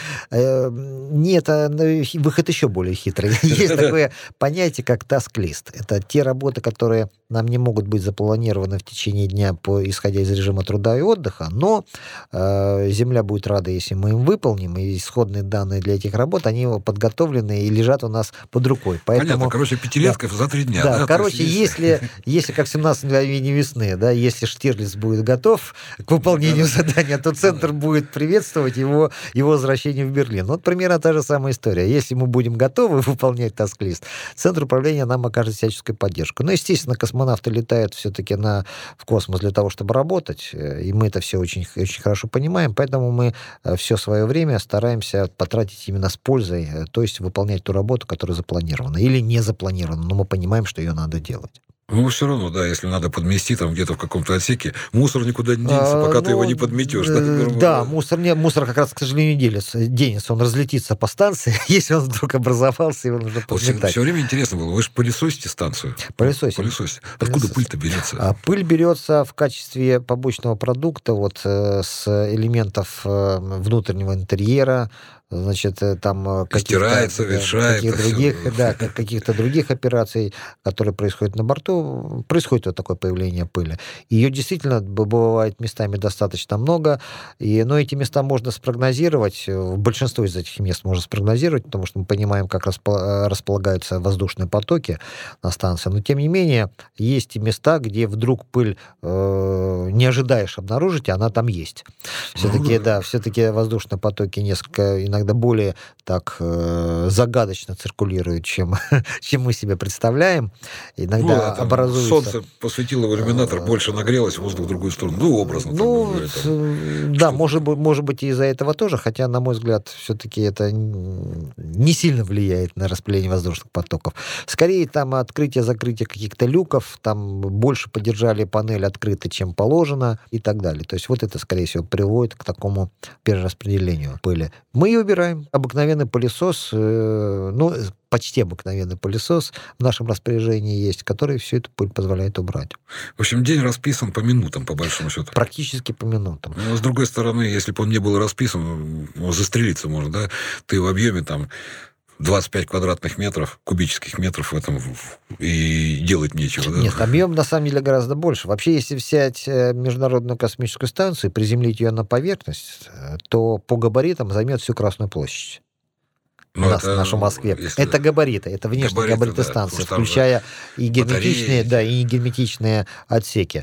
Нет, выход еще более хитрый. Есть такое понятие, как таск-лист. Это те работы, которые нам не могут быть запланированы в течение дня, по, исходя из режима труда и отдыха, но э, Земля будет рада, если мы им выполним, и исходные данные для этих работ, они подготовлены и лежат у нас под рукой. Поэтому, понятно, короче, пятилетка да, за три дня. Да, да короче, есть... если, если как в семнадцатом мгновении весны, да, если Штирлиц будет готов к выполнению задания, то Центр будет приветствовать его, его возвращение в Берлин. Вот примерно та же самая история. Если мы будем готовы выполнять таск-лист, Центр управления нам окажет всяческую поддержку. Но, естественно, космонавты летают все-таки на, в космос для того, чтобы работать, и мы это все очень, очень хорошо понимаем, поэтому мы все свое время стараемся потратить именно с пользой, то есть выполнять ту работу, которая запланирована, или не запланирована, но мы понимаем, что ее надо делать. Ну, все равно, да, если надо подмести там где-то в каком-то отсеке, мусор никуда не денется, пока а, ты ну, его не подметешь. Да, да, мусор, не, мусор как раз, к сожалению, не делится, денется, он разлетится по станции, если он вдруг образовался, его нужно подметать. Вот все время интересно было, вы же пылесосите станцию? Пылесосим. Пылесосите. Откуда пыль-то берется? А, пыль берется в качестве побочного продукта вот, с элементов внутреннего интерьера, значит, там стирается, ветшает, каких других, да, каких-то других операций, которые происходят на борту, происходит вот такое появление пыли. Ее действительно бывает местами достаточно много, и, но эти места можно спрогнозировать, большинство из этих мест можно спрогнозировать, потому что мы понимаем, как располагаются воздушные потоки на станции, но тем не менее есть и места, где вдруг пыль э, не ожидаешь обнаружить, и она там есть. Все-таки, ну, да, все-таки воздушные потоки несколько иногда иногда более так э, загадочно циркулирует, чем, чем мы себе представляем. Иногда ну, образуется... Солнце посветило в иллюминатор, больше нагрелось, воздух в другую сторону. Ну, образно. Ну, там, да, может быть, может быть, и из-за этого тоже, хотя, на мой взгляд, все-таки это не сильно влияет на распыление воздушных потоков. Скорее, там открытие-закрытие каких-то люков, там больше подержали панель открытой, чем положено, и так далее. То есть вот это, скорее всего, приводит к такому перераспределению пыли. Мы ее убираем. Обыкновенный пылесос, э, ну, почти обыкновенный пылесос в нашем распоряжении есть, который всю эту пыль позволяет убрать. В общем, день расписан по минутам, по большому счету. Практически по минутам. Но, с другой стороны, если бы он не был расписан, ну, застрелиться можно, да? Ты в объеме там двадцать пять квадратных метров, кубических метров в этом и делать нечего. Да? Нет, объем на самом деле гораздо больше. Вообще, если взять Международную космическую станцию и приземлить ее на поверхность, то по габаритам займет всю Красную площадь. у нас, это, в нашей Москве. Это габариты, это внешние габариты, габариты да, станции, включая и герметичные, да, и негерметичные отсеки.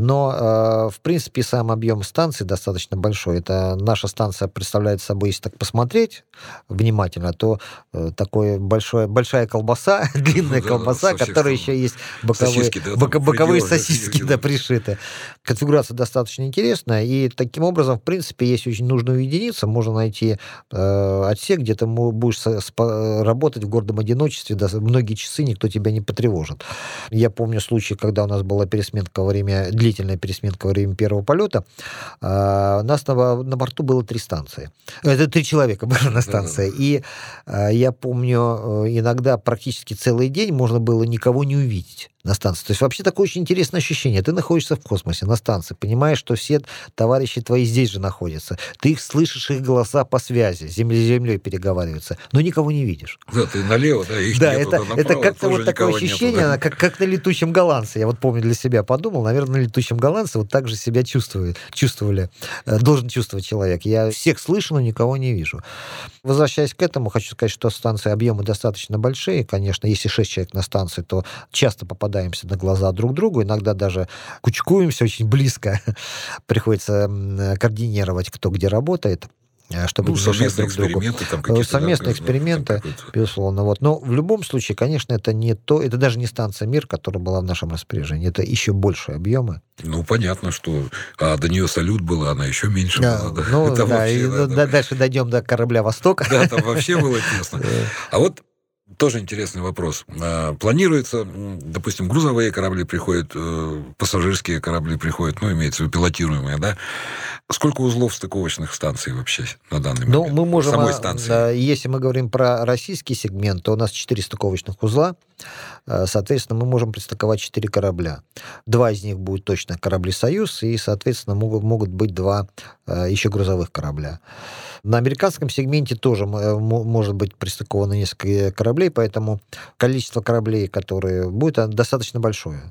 Но, в принципе, сам объем станции достаточно большой. Это наша станция представляет собой, если так посмотреть внимательно, то такой большой, большая колбаса, длинная ну, колбаса, да, которая еще есть боковые сосиски, да, бока, боковые сосиски да, пришиты. Конфигурация достаточно интересная, и таким образом, в принципе, если очень нужно уединиться, можно найти э, отсек, где ты будешь работать в гордом одиночестве, да, многие часы никто тебя не потревожит. Я помню случай, когда у нас была пересменка во время, длительная пересменка во время первого полета, э, у нас на, на борту было три станции. Это три человека было на станции. Да-да. И э, я помню, э, иногда практически целый день можно было никого не увидеть на станции. То есть вообще такое очень интересное ощущение. Ты находишься в космосе, на станции, понимаешь, что все товарищи твои здесь же находятся. Ты их слышишь, их голоса по связи, земля с землей переговариваются, но никого не видишь. Да, ты налево, да, их да, нету, это, направо, это как-то вот такое ощущение, нету, да? как, как на летучем голландце. Я вот помню для себя подумал, наверное, на летучем голландце вот так же себя чувствует, чувствовали, должен чувствовать человек. Я всех слышу, но никого не вижу. Возвращаясь к этому, хочу сказать, что станции объемы достаточно большие. Конечно, если шесть человек на станции, то часто попадаемся на глаза друг другу, иногда даже кучкуемся очень близко. Приходится координировать, кто где работает, чтобы ну, не мешать друг другу. Там совместные да, эксперименты, там безусловно. Вот. Но в любом случае, конечно, это не то, это даже не станция «Мир», которая была в нашем распоряжении. Это еще большие объемы. Ну, понятно, что а до нее «Салют» была, она еще меньше да, была. Да. Ну, да, вообще, и, да, да, дальше дойдем до корабля «Восток». Да, там вообще было тесно. А вот тоже интересный вопрос. Планируется, допустим, грузовые корабли приходят, пассажирские корабли приходят, ну, имеется в виду пилотируемые, да? Сколько узлов стыковочных станций вообще на данный момент? Ну, мы можем, самой станции? Если мы говорим про российский сегмент, то у нас четыре стыковочных узла. Соответственно, мы можем пристыковать четыре корабля. Два из них будут точно корабли «Союз», и, соответственно, могут, могут быть два еще грузовых корабля. На американском сегменте тоже может быть пристыковано несколько кораблей, поэтому количество кораблей, которые будет, достаточно большое.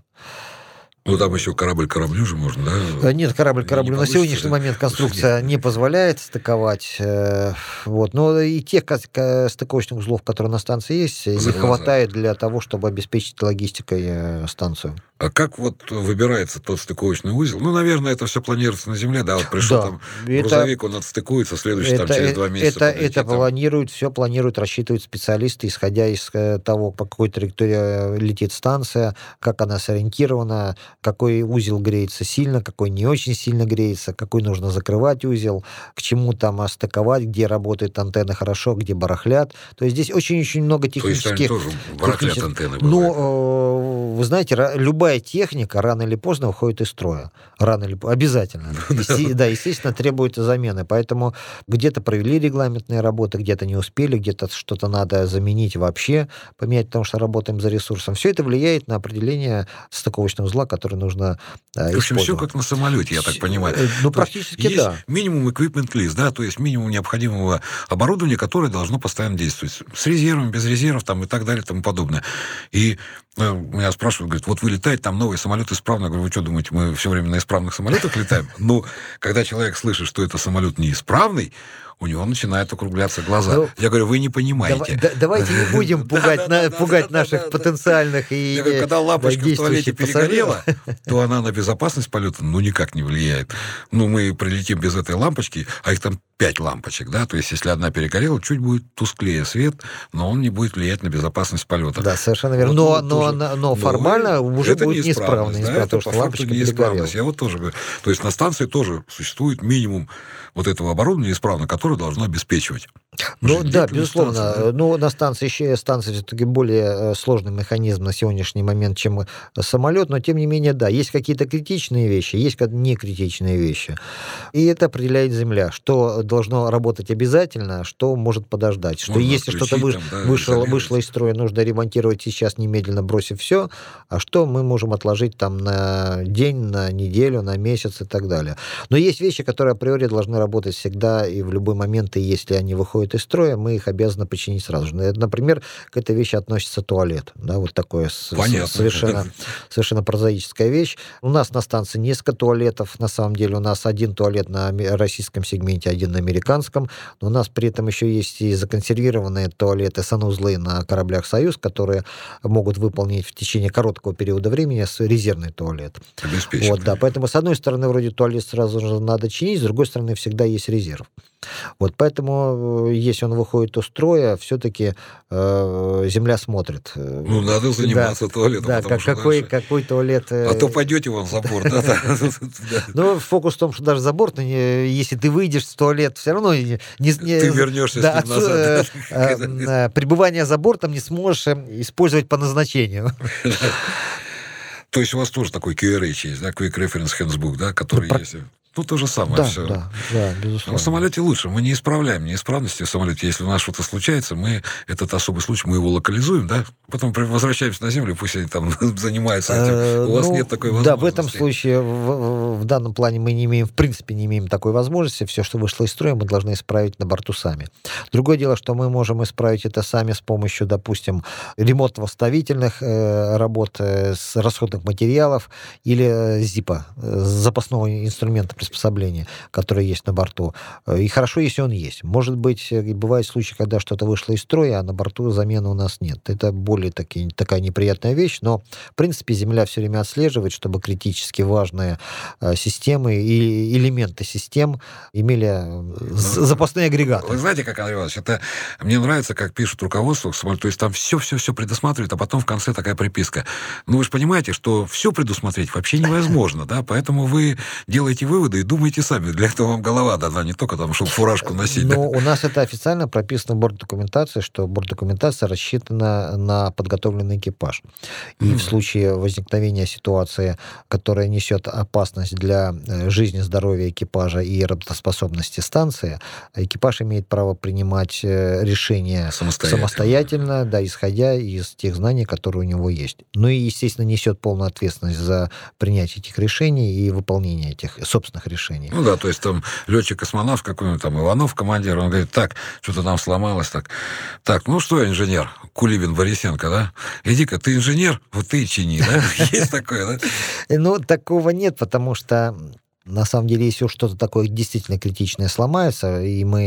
Ну, там еще корабль кораблю же можно, да? Нет, корабль кораблю. На сегодняшний момент конструкция не позволяет стыковать. Вот. Но и тех стыковочных узлов, которые на станции есть, их хватает для того, чтобы обеспечить логистикой станцию. А как вот выбирается тот стыковочный узел? Ну, наверное, это все планируется на Земле, да? Вот пришел да. там грузовик, это, он отстыкуется, следующий это, там через два месяца. Это, это планируют, все планируют, рассчитывают специалисты, исходя из того, по какой траектории летит станция, как она сориентирована, какой узел греется сильно, какой не очень сильно греется, какой нужно закрывать узел, к чему там стыковать, где работает антенна хорошо, где барахлят. То есть здесь очень-очень много технических... То есть тоже барахлят антенны бывают? Ну, вы знаете, любая техника рано или поздно выходит из строя. Рано или поздно. Обязательно. Да, естественно, требует замены. Поэтому где-то провели регламентные работы, где-то не успели, где-то что-то надо заменить вообще, поменять, потому что работаем за ресурсом. Все это влияет на определение стыковочного узла, который нужно использовать. В общем, все как на самолете, я так понимаю. Ну, практически да. Есть минимум equipment list, да, то есть минимум необходимого оборудования, которое должно постоянно действовать. С резервом, без резервов там, и так далее и тому подобное. И меня спрашивают, говорят, вот вы летаете, там новый самолет исправный. Я говорю, вы что думаете, мы все время на исправных самолетах летаем? Ну, когда человек слышит, что это самолет неисправный, у него начинают округляться глаза. Ну, я говорю, вы не понимаете. Да, давайте не будем пугать, на, пугать наших потенциальных и я говорю, когда лампочка в туалете перегорела, то она на безопасность полета ну никак не влияет. Ну, мы прилетим без этой лампочки, а их там пять лампочек, да, то есть если одна перегорела, чуть будет тусклее свет, но он не будет влиять на безопасность полета. Да, совершенно верно. Вот, но, но, тоже, но формально но уже это будет неисправность, да, потому это что по факту неисправность. Я вот тоже говорю. То есть на станции тоже существует минимум вот этого оборудования исправно, которое должно обеспечивать. Ну да, безусловно. Станции, да? Ну, на станции еще станция все-таки более сложный механизм на сегодняшний момент, чем самолет, но тем не менее, да, есть какие-то критичные вещи, есть не критичные вещи. И это определяет Земля, что должно работать обязательно, что может подождать. Что можно если что-то вы, там, да, вышло, вышло из строя, нужно ремонтировать сейчас, немедленно бросив все, а что мы можем отложить там на день, на неделю, на месяц и так далее. Но есть вещи, которые априори должны работать всегда и в любой момент, и если они выходят выходят из строя, мы их обязаны починить сразу же. Например, к этой вещи относится туалет. Да, вот такое совершенно, совершенно прозаическая вещь. У нас на станции несколько туалетов. На самом деле у нас один туалет на российском сегменте, один на американском. Но у нас при этом еще есть и законсервированные туалеты, санузлы на кораблях «Союз», которые могут выполнить в течение короткого периода времени резервный туалет. Вот, да. Поэтому, с одной стороны, вроде туалет сразу же надо чинить, с другой стороны, всегда есть резерв. Вот, поэтому, если он выходит из строя, все-таки э, земля смотрит. Ну, надо заниматься да, туалетом. Да, как, что, какой, дальше... какой туалет... А то пойдете вам за борт. Ну, фокус в том, что даже за борт, если ты выйдешь в туалет, все равно... Ты вернешься с ним назад. Пребывание за бортом не сможешь использовать по назначению. То есть у вас тоже такой кью эр эйч есть, да, Quick Reference Handbook, да, который ну, есть... Ну, то же самое да, все. Да, да, безусловно. Но в самолете лучше. Мы не исправляем неисправности в самолете. Если у нас что-то случается, мы этот особый случай, мы его локализуем, да? Потом возвращаемся на землю, пусть они там занимаются этим. У вас нет такой возможности. Да, в этом случае, в, в данном плане мы не имеем, в принципе, не имеем такой возможности. Все, что вышло из строя, мы должны исправить на борту сами. Другое дело, что мы можем исправить это сами с помощью, допустим, ремонтно-восстановительных э, работ, э, с расходных материалов или зипа, э, запасного инструмента приспособления, которое есть на борту. И хорошо, если он есть. Может быть, бывают случаи, когда что-то вышло из строя, а на борту замены у нас нет. Это более таки, такая неприятная вещь, но, в принципе, Земля все время отслеживает, чтобы критически важные системы и элементы систем имели ну, запасные агрегаты. Вы знаете, как, Андрей Иванович, это мне нравится, как пишут руководство, то есть там все-все-все предусматривают, а потом в конце такая приписка. Ну, вы же понимаете, что все предусмотреть вообще невозможно, да, поэтому вы делаете выводы и думайте сами. Для этого вам голова дана, не только там, чтобы фуражку носить. Но у нас это официально прописано в бортдокументации, что бортдокументация рассчитана на подготовленный экипаж. И mm-hmm. в случае возникновения ситуации, которая несет опасность для жизни, здоровья экипажа и работоспособности станции, экипаж имеет право принимать решения самостоятельно, самостоятельно да, исходя из тех знаний, которые у него есть. Ну и, естественно, несет полную ответственность за принятие этих решений и выполнение этих собственных решений. Ну да, то есть там летчик-космонавт какой-нибудь, там Иванов командир, он говорит, так, что-то там сломалось, так, так, ну что, инженер, Кулибин Борисенко, да? Иди-ка, ты инженер, вот ты и чини, да? Есть такое, да? Ну, такого нет, потому что на самом деле, если что-то такое действительно критичное сломается, и мы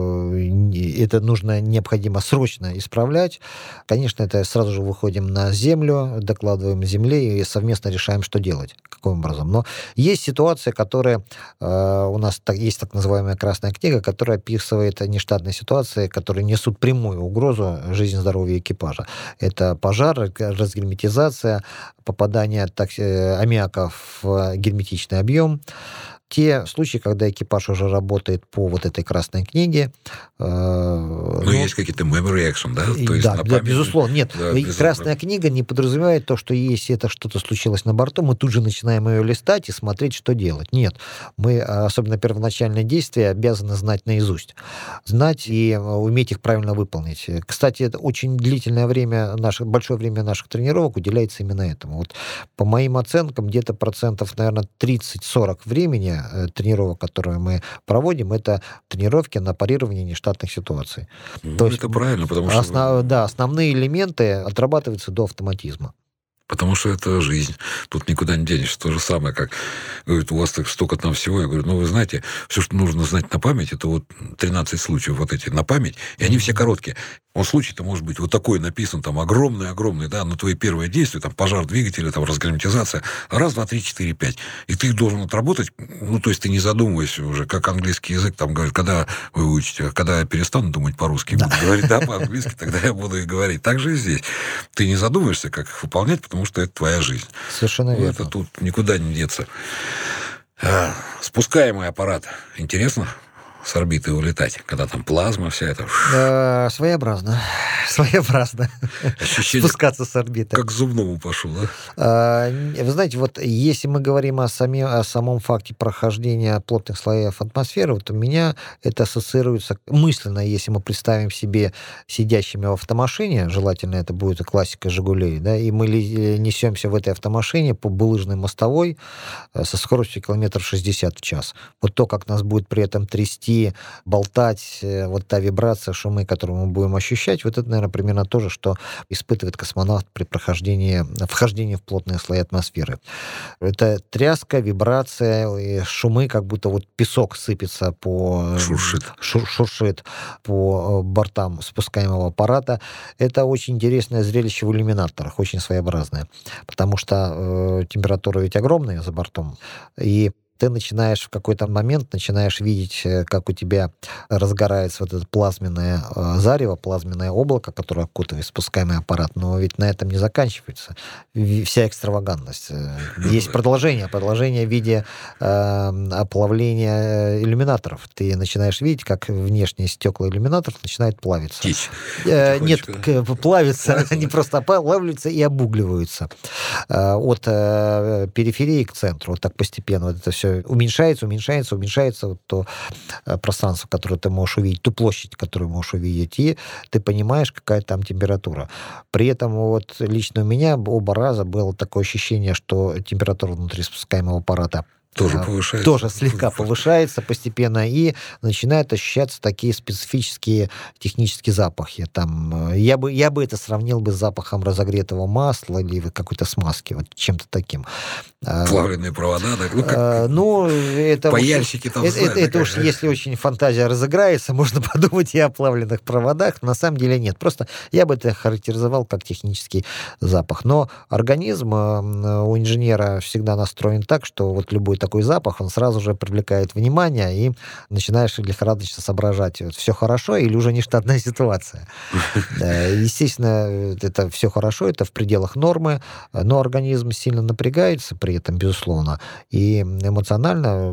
это нужно, необходимо срочно исправлять, конечно, это сразу же выходим на землю, докладываем земле и совместно решаем, что делать, каким образом. Но есть ситуация, которая у нас есть так называемая красная книга, которая описывает нештатные ситуации, которые несут прямую угрозу жизни, здоровья экипажа. Это пожар, разгерметизация, попадание аммиака в герметичный объем. Те случаи, когда экипаж уже работает по вот этой красной книге. Э, ну, ну, есть какие-то memory action, да? То есть да, на да, безусловно. Нет, да, красная без... книга не подразумевает то, что если это что-то случилось на борту, мы тут же начинаем ее листать и смотреть, что делать. Нет, мы, особенно первоначальные действия, обязаны знать наизусть. Знать и уметь их правильно выполнить. Кстати, это очень длительное время, наше, большое время наших тренировок уделяется именно этому. Вот, по моим оценкам, где-то процентов, наверное, тридцать-сорок времени тренировок, которые мы проводим, это тренировки на парирование нештатных ситуаций. Ну, То это есть, правильно, потому что... Основ, да, основные элементы отрабатываются до автоматизма. Потому что это жизнь. Тут никуда не денешься. То же самое, как, говорит, у вас так столько там всего. Я говорю, ну, вы знаете, все, что нужно знать на память, это вот тринадцать случаев вот эти на память, и они все короткие. Он случай-то может быть вот такой написан, там, огромный-огромный, да, но твои первые действия, там, пожар двигателя, там, разгерметизация, раз, два, три, четыре, пять. И ты их должен отработать, ну, то есть ты не задумываешься уже, как английский язык, там, говорит, когда вы учите, когда я перестану думать по-русски, буду говорить, да, по-английски, тогда я буду и говорить. Так же и здесь. Ты не задумаешься, как их выполнять, потому что это твоя жизнь. Совершенно верно. Это тут никуда не деться. А, спускаемый аппарат. Интересно с орбиты улетать, когда там плазма вся эта... Э, своеобразно. Своеобразно. Ощущение, спускаться с орбиты. Как к зубному пошел, да? А, вы знаете, вот если мы говорим о, сами, о самом факте прохождения плотных слоев атмосферы, вот у меня это ассоциируется мысленно, если мы представим себе сидящими в автомашине, желательно это будет классика «Жигулей», да, и мы несемся в этой автомашине по булыжной мостовой со скоростью километров шестьдесят в час. Вот то, как нас будет при этом трясти, идти, болтать, вот та вибрация, шумы, которые мы будем ощущать, вот это, наверное, примерно то же, что испытывает космонавт при прохождении, вхождении в плотные слои атмосферы. Это тряска, вибрация, и шумы, как будто вот песок сыпется по... Шуршит. Шур, шуршит по бортам спускаемого аппарата. Это очень интересное зрелище в иллюминаторах, очень своеобразное, потому что э, температура ведь огромная за бортом, и ты начинаешь в какой-то момент, начинаешь видеть, как у тебя разгорается вот это плазменное э, зарево, плазменное облако, которое окутывает спускаемый аппарат. Но ведь на этом не заканчивается вся экстравагантность. Есть продолжение, продолжение в виде э, оплавления иллюминаторов. Ты начинаешь видеть, как внешние стекла иллюминаторов начинают плавиться. Течь. Э, нет, плавятся, они просто оплавливаются и обугливаются э, от э, периферии к центру. Вот так постепенно вот это все уменьшается, уменьшается, уменьшается вот то пространство, которое ты можешь увидеть, ту площадь, которую можешь увидеть, и ты понимаешь, какая там температура. При этом вот лично у меня оба раза было такое ощущение, что температура внутри спускаемого аппарата тоже повышается. Тоже слегка повышается постепенно, и начинают ощущаться такие специфические технические запахи. Там, я, бы, я бы это сравнил бы с запахом разогретого масла или какой-то смазки, вот чем-то таким. Плавленые провода, так? Ну, как... а, ну это паяльщики там это, знают, это, это уж если очень фантазия разыграется, можно подумать и о плавленных проводах. На самом деле нет. Просто я бы это характеризовал как технический запах. Но организм у инженера всегда настроен так, что вот любой такой запах, он сразу же привлекает внимание, и начинаешь лихорадочно соображать, вот, все хорошо или уже нештатная ситуация. Естественно, это все хорошо, это в пределах нормы, но организм сильно напрягается при этом, безусловно, и эмоционально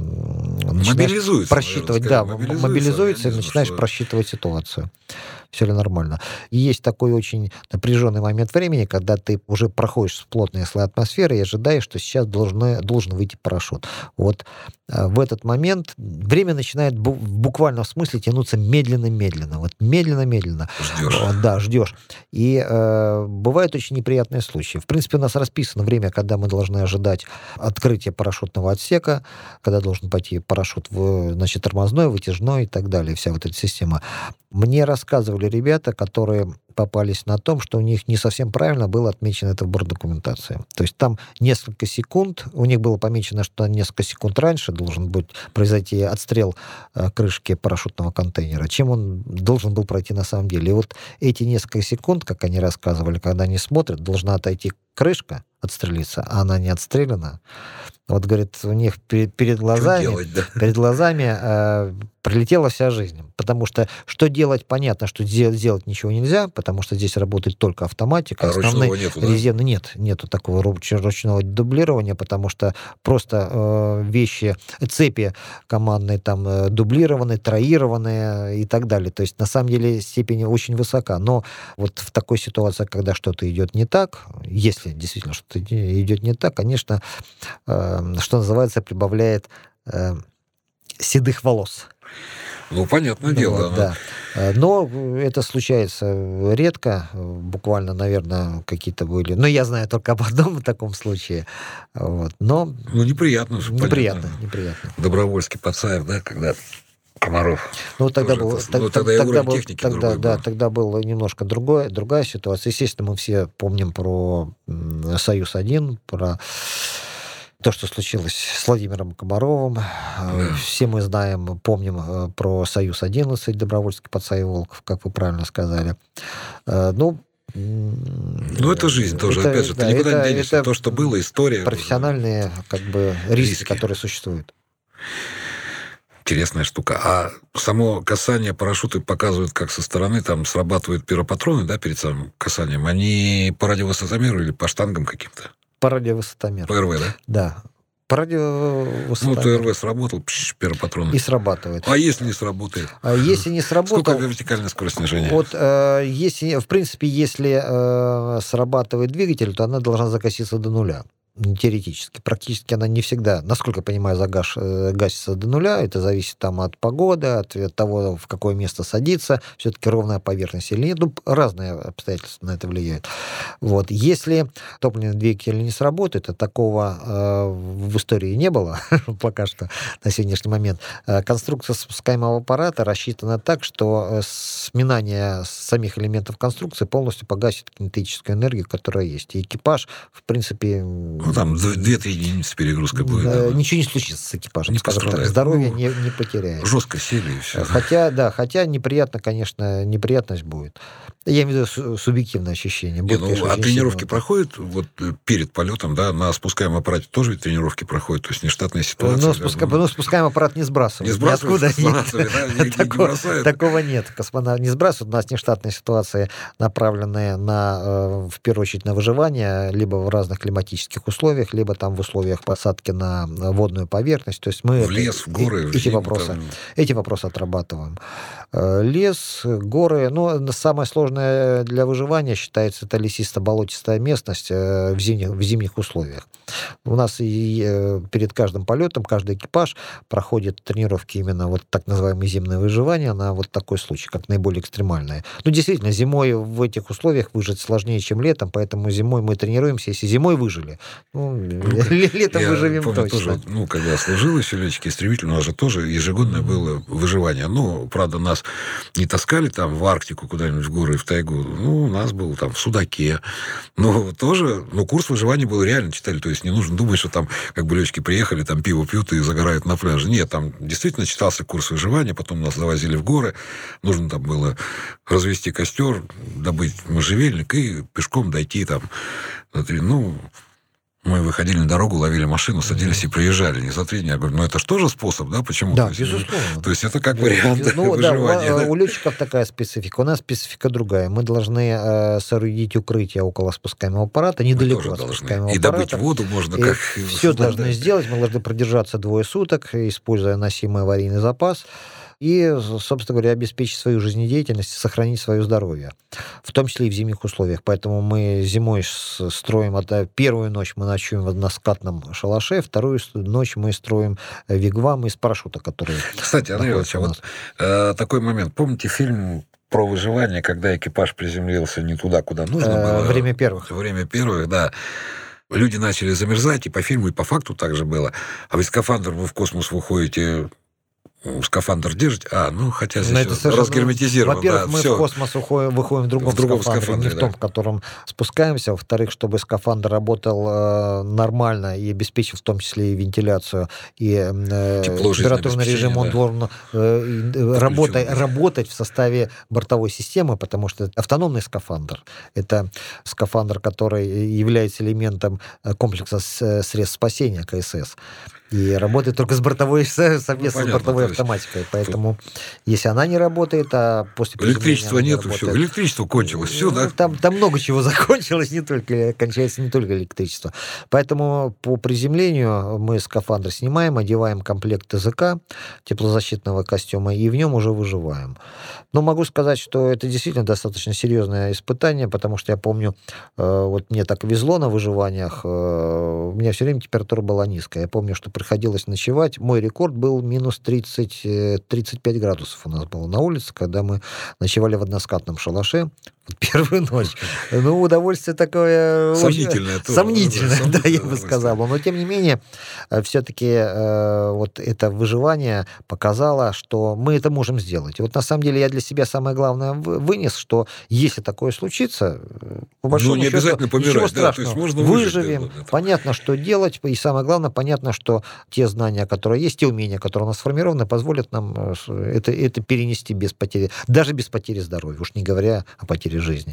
начинаешь просчитывать, да, мобилизуется, мобилизуется и начинаешь что... просчитывать ситуацию. Все ли нормально. И есть такой очень напряженный момент времени, когда ты уже проходишь плотные слои атмосферы и ожидаешь, что сейчас должны, должен выйти парашют. Вот э, в этот момент время начинает бу- в буквальном смысле тянуться медленно-медленно. Вот медленно-медленно. Ждешь. Э, да, ждешь. И э, бывают очень неприятные случаи. В принципе, у нас расписано время, когда мы должны ожидать открытия парашютного отсека, когда должен пойти парашют в, значит, тормозной, вытяжной и так далее. Вся вот эта система. Мне рассказывали ребята, которые попались на том, что у них не совсем правильно было отмечено это в бортдокументации. То есть там несколько секунд, у них было помечено, что несколько секунд раньше должен быть произойти отстрел э, крышки парашютного контейнера, чем он должен был пройти на самом деле. И вот эти несколько секунд, как они рассказывали, когда они смотрят, должна отойти крышка, отстрелиться, а она не отстрелена. Вот, говорит, у них перед, перед глазами, делать, да? перед глазами э, пролетела вся жизнь. Потому что что делать, понятно, что сделать ничего нельзя, потому что здесь работает только автоматика. А ручного нету, да? Резервные нет, нету такого ручного дублирования, потому что просто э, вещи, цепи командные там э, дублированы, троированы и так далее. То есть, на самом деле, степень очень высока. Но вот в такой ситуации, когда что-то идет не так, если действительно что-то идет не так, конечно, э, что называется, прибавляет э, седых волос. Ну, понятное дело. Вот, да. Но это случается редко, буквально, наверное, какие-то были. Но я знаю только об одном таком случае. Вот. Но ну, неприятно. Неприятно, понятно. неприятно. Добровольский Пацаев, да, когда Комаров. Ну, тогда был, это, ну, тогда, тогда, был, тогда, да, тогда была немножко другое, другая ситуация. Естественно, мы все помним про Союз один, про то, что случилось с Владимиром Комаровым. Да. Все мы знаем, помним про Союз одиннадцать, Добровольский Пацаев Волков, как вы правильно сказали. Ну, ну, это жизнь тоже, это, опять же, да, ты никуда это, не денешься. То, что было, история. Профессиональные, как бы, риски, риски, которые существуют. Интересная штука. А само касание парашюта показывают, как со стороны там срабатывают пиропатроны, да, перед самым касанием. Они по радиовысотомеру или по штангам каким-то? По радиовысотомеру. По эр вэ, да? Да. По радиовысотомеру. Ну, то эр вэ сработал, пш, пиропатроны. И срабатывает. А если не сработает? А если не сработал... Сколько вертикальная скорость снижения? Вот, э, если, в принципе, если э, срабатывает двигатель, то она должна закоситься до нуля. Теоретически. Практически она не всегда, насколько я понимаю, загаш, гасится до нуля. Это зависит там от погоды, от, от того, в какое место садится. Все-таки ровная поверхность или нет. Ну, разные обстоятельства на это влияют. Вот. Если топливный двигатель не сработает, а такого э, в истории не было пока что на сегодняшний момент, э, конструкция спускаемого аппарата рассчитана так, что сминание самих элементов конструкции полностью погасит кинетическую энергию, которая есть. И экипаж, в принципе... Ну, там две-три единицы перегрузка будет. Да, ничего не случится с экипажем. Не скажем пострадает. Так, здоровье ну, не, не потеряет. Жестко сели и все. Хотя, да, хотя неприятно, конечно, неприятность будет. Я имею в виду субъективное ощущение. Будет, не, ну, конечно, а тренировки сильно. проходят вот перед полетом, да, на спускаемом аппарате тоже ведь тренировки проходят, то есть нештатная ситуация. Ну, спуска... да, ну спускаемый аппарат не сбрасывают. Не сбрасывают космонавтами, да, не, не, такого, не бросают. Такого нет. Космонавты не сбрасывают. У нас нештатные ситуации, направленные на, в первую очередь на выживание, либо в разных климатических условиях, либо там в условиях посадки на водную поверхность. То есть мы в лес, в горы, эти, в зиму, вопросы, там... эти вопросы отрабатываем. Лес, горы. Ну, самое сложное для выживания считается это лесисто-болотистая местность в зимних, в зимних условиях. У нас и перед каждым полетом каждый экипаж проходит тренировки именно вот так называемое зимнее выживание на вот такой случай, как наиболее экстремальное. Ну, действительно, зимой в этих условиях выжить сложнее, чем летом, поэтому зимой мы тренируемся. Если зимой выжили, ну, ну летом выживем помню, точно. Тоже, ну, когда служил еще летчики-истребители, у нас же тоже ежегодное было выживание. Ну, правда, нас не таскали там в Арктику куда-нибудь в горы, в тайгу. Ну, у нас был там в Судаке. Но тоже, ну, курс выживания был реально читали. То есть не нужно думать, что там как бы летчики приехали, там пиво пьют и загорают на пляже. Нет, там действительно читался курс выживания, потом нас завозили в горы. Нужно там было развести костер, добыть можжевельник и пешком дойти там. Ну, мы выходили на дорогу, ловили машину, садились mm-hmm. и приезжали. Не за три дня. Я говорю, ну это же тоже способ, да? Почему? Да, то есть, безусловно. То есть это как вариант ну, выживания. Да, да? У летчиков такая специфика. У нас специфика другая. Мы должны э, соорудить укрытие около спускаемого аппарата, недалеко от спускаемого и аппарата. И добыть воду можно. И как все должны сделать. Мы должны продержаться двое суток, используя носимый аварийный запас. И, собственно говоря, обеспечить свою жизнедеятельность, сохранить свое здоровье, в том числе и в зимних условиях. Поэтому мы зимой строим, это первую ночь мы ночуем в односкатном шалаше, вторую ночь мы строим вигвам из парашюта, который... Кстати, Андрей Иванович, а вот э, такой момент. Помните фильм про выживание, когда экипаж приземлился не туда, куда нужно было? Время первых. Время первых, да. Люди начали замерзать, и по фильму, и по факту так же было. А вы скафандр, вы в космос выходите... Скафандр держите? А, ну, хотя сейчас разгерметизирован. Во-первых, да, мы все. в космос уходим, выходим в другом, в другом скафандре, скафандре, не да. в том, в котором спускаемся. Во-вторых, чтобы скафандр работал э, нормально и обеспечил в том числе и вентиляцию, и э, температурный режим, он да. должен э, работать, работать в составе бортовой системы, потому что это автономный скафандр. Это скафандр, который является элементом комплекса средств спасения ка эс эс. И работает только с бортовой, совместно ну, понятно, с бортовой автоматикой. Поэтому, тут... если она не работает, а после электричества нету, не все. Электричество кончилось, все, да? Там, там много чего закончилось, не только, кончается не только электричество. Поэтому по приземлению мы скафандр снимаем, одеваем комплект тэ зэ ка, теплозащитного костюма, и в нем уже выживаем. Но могу сказать, что это действительно достаточно серьезное испытание, потому что я помню, вот мне так везло на выживаниях, у меня все время температура была низкая. Я помню, что приходилось ночевать. Мой рекорд был минус тридцать, тридцать пять градусов у нас было на улице, когда мы ночевали в односкатном шалаше первую ночь. Ну, удовольствие такое... Сомнительное. Очень... Сомнительное, да, да, я бы сказал. Но, тем не менее, все-таки э, вот это выживание показало, что мы это можем сделать. И вот на самом деле я для себя самое главное вынес, что если такое случится, по большому ну, не счету, обязательно помирать, ничего да, страшного. То есть можно выживем, выжить, да, понятно, что делать, и самое главное, понятно, что те знания, которые есть, те умения, которые у нас сформированы, позволят нам это, это перенести без потери, даже без потери здоровья, уж не говоря о потере жизни.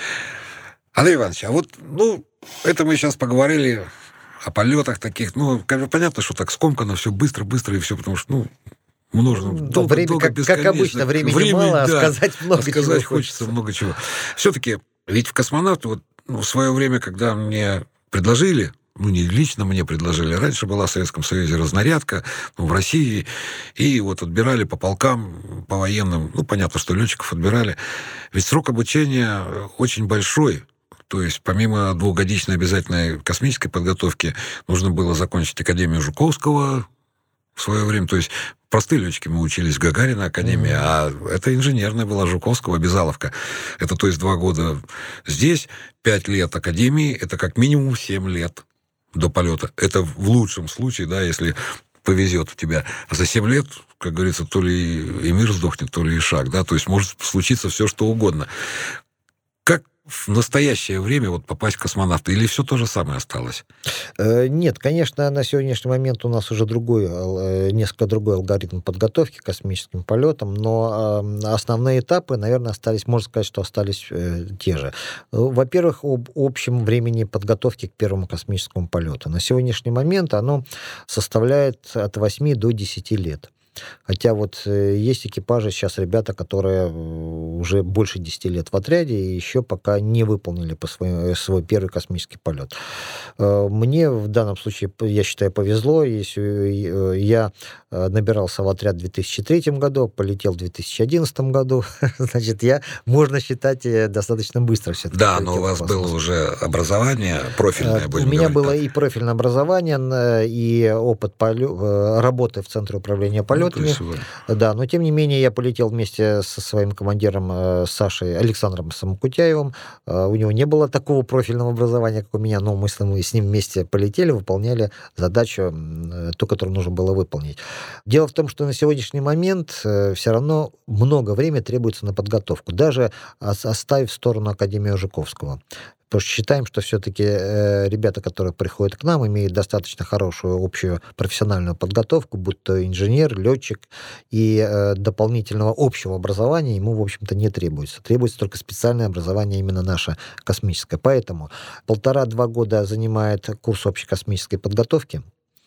Андрей Иванович, а вот, ну, это мы сейчас поговорили о полетах таких, ну, понятно, что так скомкано, все быстро-быстро и все, потому что, ну, нужно долго, время, долго, как, как обычно, времени Время, мало, да, а сказать много а сказать чего хочется. много чего. Все-таки, ведь в космонавты, вот, ну, в свое время, когда мне предложили, ну, не лично мне предложили, раньше была в Советском Союзе разнарядка, ну, в России, и вот отбирали по полкам, по военным, ну, понятно, что летчиков отбирали. Ведь срок обучения очень большой. То есть помимо двухгодичной обязательной космической подготовки нужно было закончить Академию Жуковского в свое время. То есть простые летчики мы учились в Гагарина академии, mm-hmm. а это инженерная была Жуковского, обязаловка. Это то есть два года здесь, пять лет академии, это как минимум семь лет до полета. Это в лучшем случае, да, если повезет у тебя. А за семь лет, как говорится, то ли и мир сдохнет, то ли и шаг, да, то есть может случиться все, что угодно. Как в настоящее время вот попасть в космонавта? Или все то же самое осталось? Нет, конечно, на сегодняшний момент у нас уже другой, несколько другой алгоритм подготовки к космическим полетам, но основные этапы, наверное, остались, можно сказать, что остались те же. Во-первых, об общем времени подготовки к первому космическому полету. На сегодняшний момент оно составляет от восьми до десяти лет. Хотя вот есть экипажи сейчас, ребята, которые уже больше десяти лет в отряде и еще пока не выполнили по свой, свой первый космический полет. Мне в данном случае, я считаю, повезло. Если я набирался в отряд в две тысячи третьем году, полетел в две тысячи одиннадцатом году, значит, я, можно считать, достаточно быстро все-таки. Да, но у вас было уже образование профильное, будем У меня говорить, было так. и профильное образование, и опыт полё... работы в Центре управления полетами. Ну, да, но тем не менее я полетел вместе со своим командиром Сашей Александром Самокутяевым. У него не было такого профильного образования, как у меня, но мы с ним вместе полетели, выполняли задачу, ту, которую нужно было выполнить. Дело в том, что на сегодняшний момент все равно много времени требуется на подготовку, даже оставив в сторону Академию Жуковского. Потому что считаем, что все-таки э, ребята, которые приходят к нам, имеют достаточно хорошую общую профессиональную подготовку, будь то инженер, летчик, и э, дополнительного общего образования ему, в общем-то, не требуется. Требуется только специальное образование именно наше космическое. Поэтому полтора-два года занимает курс общей космической подготовки,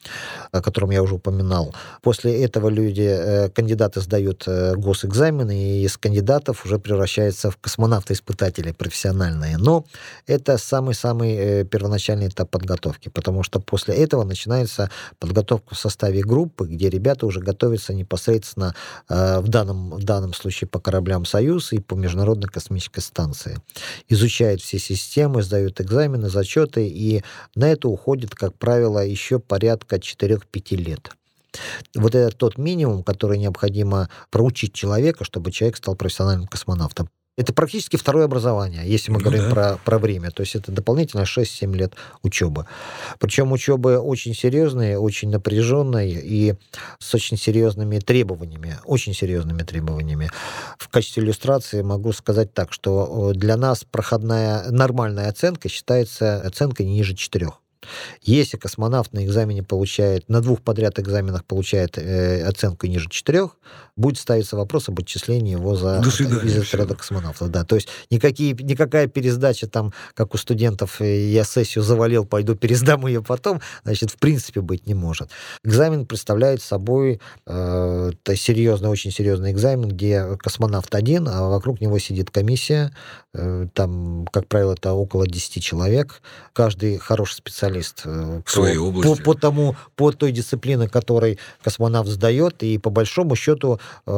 о котором я уже упоминал. После этого люди, э, кандидаты сдают э, госэкзамены, и из кандидатов уже превращаются в космонавты-испытатели профессиональные. Но это самый-самый э, первоначальный этап подготовки, потому что после этого начинается подготовка в составе группы, где ребята уже готовятся непосредственно э, в, данном, в данном случае по кораблям «Союз» и по Международной космической станции. Изучают все системы, сдают экзамены, зачеты, и на это уходит, как правило, еще порядка четыре-пять лет. Вот это тот минимум, который необходимо проучить человека, чтобы человек стал профессиональным космонавтом. Это практически второе образование, если мы ну, говорим да. про, про время. То есть это дополнительно шесть-семь лет учебы. Причем учебы очень серьезные, очень напряженные и с очень серьезными требованиями. Очень серьезными требованиями. В качестве иллюстрации могу сказать так, что для нас проходная нормальная оценка считается оценкой не ниже четырех. Если космонавт на экзамене получает, на двух подряд экзаменах получает э, оценку ниже четырех, будет ставиться вопрос об отчислении его за из отряда космонавтов. Да. То есть никакие, никакая пересдача, там, как у студентов, я сессию завалил, пойду пересдам ее потом, значит, в принципе быть не может. Экзамен представляет собой э, серьезный, очень серьезный экзамен, где космонавт один, а вокруг него сидит комиссия, э, там, как правило, это около десяти человек. Каждый хороший специалист в своей области. По, по, тому, по той дисциплине, которой космонавт сдает, и по большому счету, э,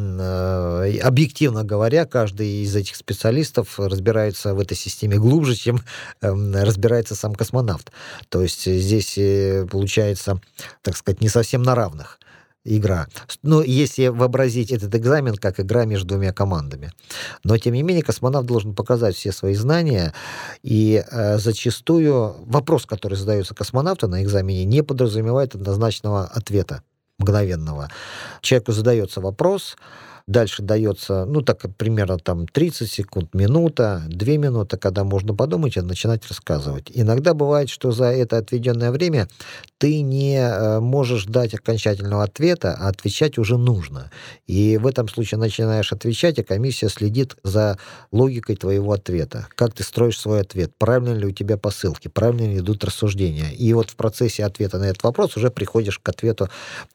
э, объективно говоря, каждый из этих специалистов разбирается в этой системе глубже, чем э, разбирается сам космонавт. То есть здесь получается, так сказать, не совсем на равных игра. Ну, если вообразить этот экзамен как игра между двумя командами. Но, тем не менее, космонавт должен показать все свои знания, и э, зачастую вопрос, который задается космонавту на экзамене, не подразумевает однозначного ответа, мгновенного. Человеку задается вопрос, дальше дается, ну, так, примерно там тридцать секунд, минута, две минуты, когда можно подумать и начинать рассказывать. Иногда бывает, что за это отведенное время ты не можешь дать окончательного ответа, а отвечать уже нужно. И в этом случае начинаешь отвечать, а комиссия следит за логикой твоего ответа. Как ты строишь свой ответ, правильно ли у тебя посылки, правильно ли идут рассуждения. И вот в процессе ответа на этот вопрос уже приходишь к ответу,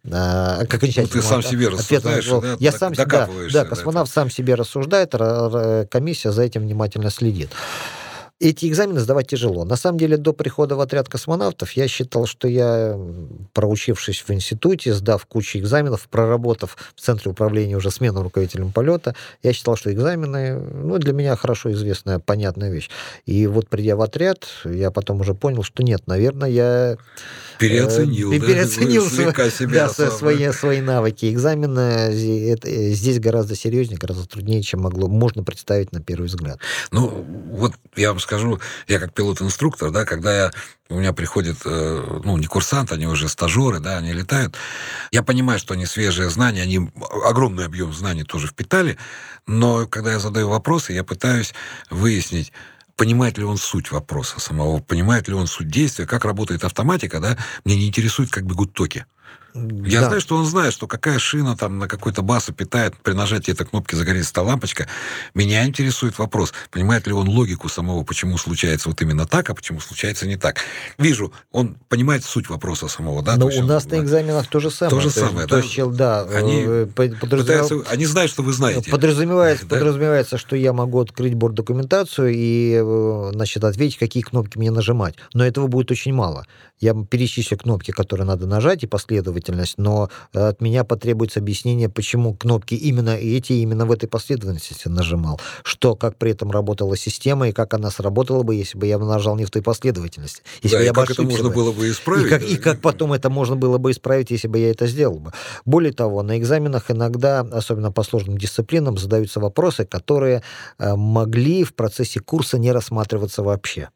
к окончательному ответу. Ну, ты сам себе рассуждаешь, да? Я сам себе Да, да, космонавт да, сам себе рассуждает, комиссия за этим внимательно следит. Эти экзамены сдавать тяжело. На самом деле, до прихода в отряд космонавтов я считал, что я, проучившись в институте, сдав кучу экзаменов, проработав в Центре управления уже сменным руководителем полета, я считал, что экзамены, ну, для меня хорошо известная, понятная вещь. И вот, придя в отряд, я потом уже понял, что нет, наверное, я... Переоценил, э, да? переоценил Вы слегка себя да, свои, свои навыки. Экзамены здесь гораздо серьезнее, гораздо труднее, чем могло, можно представить на первый взгляд. Ну, вот я вам скажу, я как пилот-инструктор, да, когда я, у меня приходят, ну, не курсанты, они уже стажеры, да, они летают, я понимаю, что они свежие знания, они огромный объем знаний тоже впитали, но когда я задаю вопросы, я пытаюсь выяснить, понимает ли он суть вопроса самого, понимает ли он суть действия, как работает автоматика, да, мне не интересует, как бегут токи. Я Да. знаю, что он знает, что какая шина там на какой-то басу питает, при нажатии этой кнопки загорится та лампочка. Меня интересует вопрос, понимает ли он логику самого, почему случается вот именно так, а почему случается не так. Вижу, он понимает суть вопроса самого, да? Но то есть у он, нас да, на экзаменах то же самое. То же То есть- самое, то да? есть чел- да, Они э, под- подразумевал- пытаются, они знают, что вы знаете. Подразумевается, Да? подразумевается, что я могу открыть борт-документацию и, э, значит, ответить, какие кнопки мне нажимать. Но этого будет очень мало. Я перечислю кнопки, которые надо нажать, и последовательность, но от меня потребуется объяснение, почему кнопки именно эти, именно в этой последовательности нажимал. Что, как при этом работала система, и как она сработала бы, если бы я нажал не в той последовательности. Если Да, бы и я бы как это ошибся можно бы. было бы исправить. И как, да? и как потом это можно было бы исправить, если бы я это сделал бы. Более того, на экзаменах иногда, особенно по сложным дисциплинам, задаются вопросы, которые э, могли в процессе курса не рассматриваться вообще.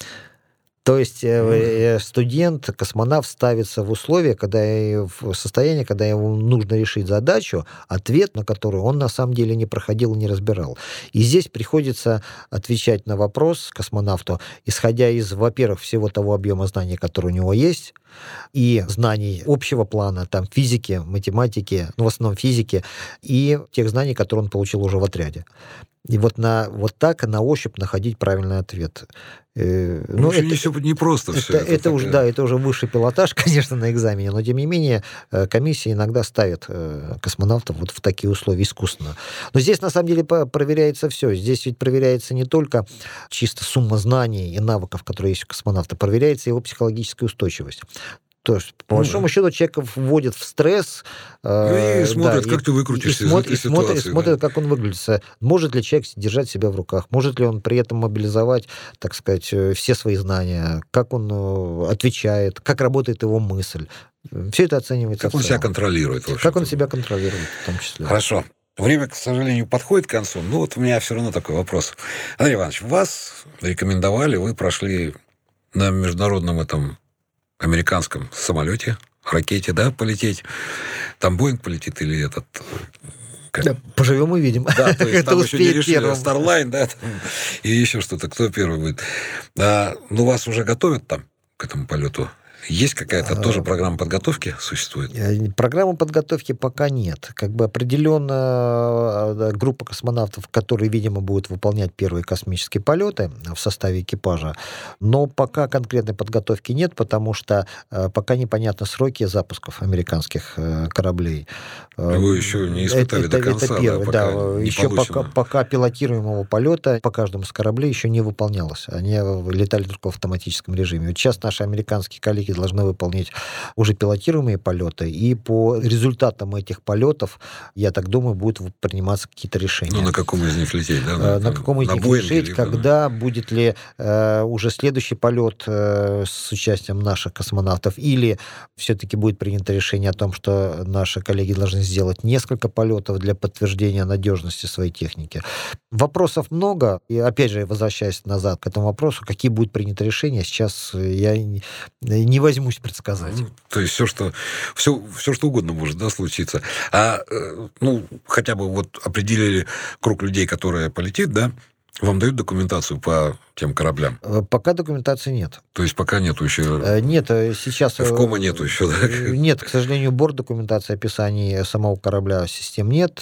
То есть э, э, студент, космонавт ставится в условия, когда и в состояние, когда ему нужно решить задачу, ответ на которую он на самом деле не проходил и не разбирал. И здесь приходится отвечать на вопрос космонавту, исходя из, во-первых, всего того объема знаний, который у него есть, и знаний общего плана, там, физики, математики, ну, в основном физики, и тех знаний, которые он получил уже в отряде. И вот, на, вот так на ощупь находить правильный ответ. Э, Ну, ну, это, это, не, все не просто это, все. это, Это уже, такая- да, это уже высший пилотаж, конечно, на экзамене, но тем не менее э, комиссия иногда ставит э, космонавтов вот в такие условия искусственно. Но здесь на самом деле по- проверяется все. Здесь ведь проверяется не только чисто сумма знаний и навыков, которые есть у космонавта, проверяется его психологическая устойчивость. То есть, по Ну большому счету, человека вводит в стресс. Ну, и смотрят, как ты выкрутишься и, из смо- этой и смотрят, ситуации, смотрят, как он выглядит. Может ли человек держать себя в руках? Может ли он при этом мобилизовать, так сказать, э, все свои знания? Как он э, отвечает? Как работает его мысль? Все это оценивается. Как он в себя целом. контролирует. в Как общем-то. он себя контролирует, в том числе. Хорошо. Время, к сожалению, подходит к концу. Но вот у меня все равно такой вопрос. Андрей Иванович, вас рекомендовали, вы прошли на международном этом американском самолете, ракете, да, полететь. Там Боинг полетит или этот... как? Да, поживем и видим. Да, то есть Кто там еще не успеет решили, первым. Starline, да, там, и еще что-то, кто первый будет. А, ну, вас уже готовят там к этому полету? Есть какая-то тоже программа подготовки существует? Э, Программы подготовки пока нет. Как бы определенно э, группа космонавтов, которые, видимо, будут выполнять первые космические полеты в составе экипажа, но пока конкретной подготовки нет, потому что э, пока непонятны сроки запусков американских э, кораблей. Э, Вы еще не испытали это, до конца, это да, первое, пока да. не Еще получено. пока, пока пилотируемого полета по каждому из кораблей еще не выполнялось. Они летали только в автоматическом режиме. Вот сейчас наши американские коллеги должны выполнять уже пилотируемые полеты, и по результатам этих полетов, я так думаю, будут приниматься какие-то решения. Ну, на каком из них лететь, да? Э, На каком из на них Боинге, решить, либо- когда будет ли э, уже следующий полет э, с участием наших космонавтов, или все-таки будет принято решение о том, что наши коллеги должны сделать несколько полетов для подтверждения надежности своей техники. Вопросов много, и опять же, возвращаясь назад к этому вопросу, какие будут приняты решения, сейчас я не, не возьмусь предсказать. Ну, то есть все, что все, все, что угодно может, да, случиться. А э, ну хотя бы вот определили круг людей, которые полетит, да, вам дают документацию по тем кораблям. Э, Пока документации нет. То есть пока нету еще. Э, Нет, э, сейчас... э, Эвкома нету еще, да? э, Нет, к сожалению, борт документации, описаний самого корабля, систем нет.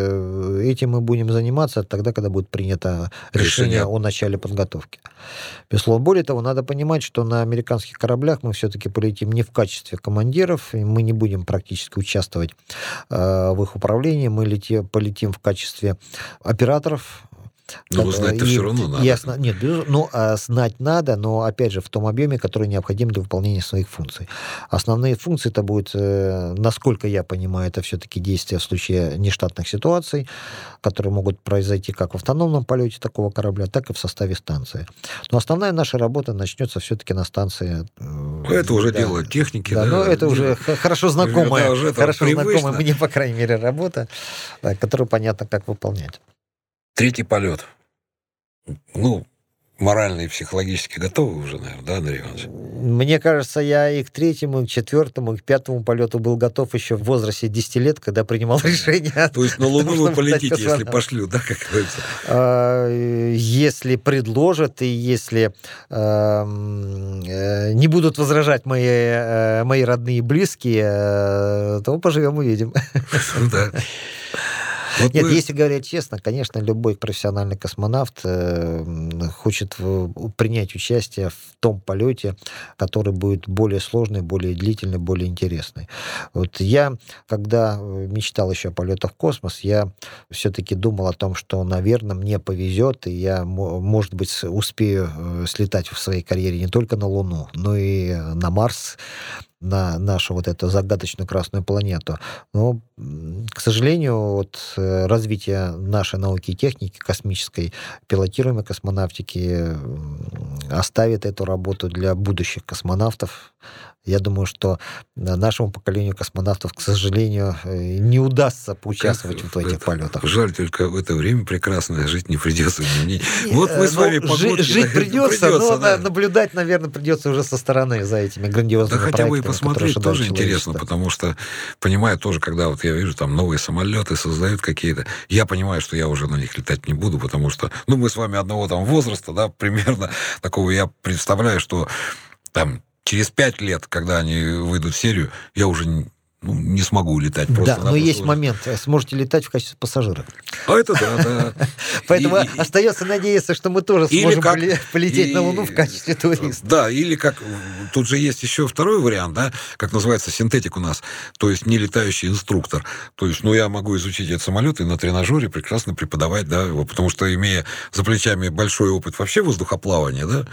Э, Этим мы будем заниматься тогда, когда будет принято решение, Решение. о начале подготовки. Безусловно. Более того, надо понимать, что на американских кораблях мы все-таки полетим не в качестве командиров, и мы не будем практически участвовать э, в их управлении, мы лети- полетим в качестве операторов, Но знать-то все равно надо. Ясно. Нет, безусловно, ну, а знать надо, но, опять же, в том объеме, который необходим для выполнения своих функций. Основные функции это будет, насколько я понимаю, это все-таки действия в случае нештатных ситуаций, которые могут произойти как в автономном полете такого корабля, так и в составе станции. Но основная наша работа начнется все-таки на станции. Это уже да, дело техники. Да, да, но это дело. уже хорошо знакомая, да, уже хорошо привычно. знакомая мне, по крайней мере, работа, да, которую понятно, как выполнять. Третий полет. Ну, морально и психологически готовы уже, наверное, да, Андрей Иванович? Мне кажется, я и к третьему, и к четвертому, и к пятому полету был готов еще в возрасте десяти лет, когда принимал решение. То есть на Луну вы полетите, если пошлют, да, как говорится? Если предложат, и если не будут возражать мои, мои родные и близкие, то поживем, увидим. Да. Вот Нет, мы... если говорить честно, конечно, любой профессиональный космонавт э, хочет в, принять участие в том полете, который будет более сложный, более длительный, более интересный. Вот я, когда мечтал еще о полетах в космос, я все-таки думал о том, что, наверное, мне повезет, и я, может быть, успею слетать в своей карьере не только на Луну, но и на Марс, на нашу вот эту загадочную красную планету. Но, к сожалению, вот развитие нашей науки и техники, космической, пилотируемой космонавтики оставит эту работу для будущих космонавтов. Я думаю, что нашему поколению космонавтов, к сожалению, не удастся поучаствовать как в этих это, полетах. Жаль, только в это время прекрасное жить не придется. Не, вот мы с вами ну, погодки, жить да, придется, придется, но да. наблюдать, наверное, придется уже со стороны за этими грандиозными да хотя бы и проектами, посмотреть тоже интересно, человечество. потому что, понимаю тоже, когда вот я вижу, там новые самолеты создают какие-то, я понимаю, что я уже на них летать не буду, потому что, ну, мы с вами одного там возраста, да, примерно такого, я представляю, что там через пять лет, когда они выйдут в серию, я уже не, ну, не смогу летать. Просто да, но есть момент. Сможете летать в качестве пассажира. А это да, да. Поэтому и, остается надеяться, что мы тоже сможем как, полететь и, на Луну в качестве туриста. Да, или как... Тут же есть еще второй вариант, да, как называется синтетик у нас, то есть не летающий инструктор. То есть, ну, я могу изучить этот самолет и на тренажере прекрасно преподавать, да, его, потому что, имея за плечами большой опыт вообще воздухоплавания, да,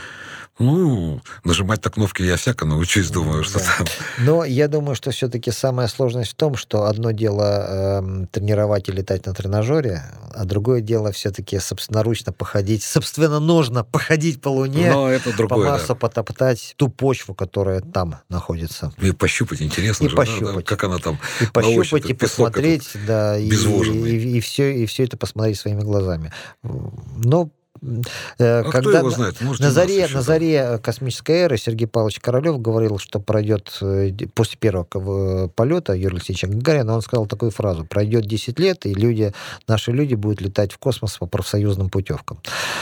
ну, нажимать-то кнопки я всяко научусь, думаю, что да. там... Но я думаю, что все-таки самая сложность в том, что одно дело э, тренировать и летать на тренажере, а другое дело все-таки собственноручно походить, собственно, нужно походить по Луне, Но это другое, по Марсу, да. потоптать ту почву, которая там находится. И пощупать интересно и же, пощупать. Да, как она там и пощупать, и посмотреть, да, и, и, и, все, и все это посмотреть своими глазами. Но А когда кто его знает? Может, на, заре, на на заре космической эры Сергей Павлович Королёв говорил, что пройдет после первого полета Юрия Алексеевича Гагарина, он сказал такую фразу: пройдет десять лет, и люди, наши люди будут летать в космос по профсоюзным путевкам.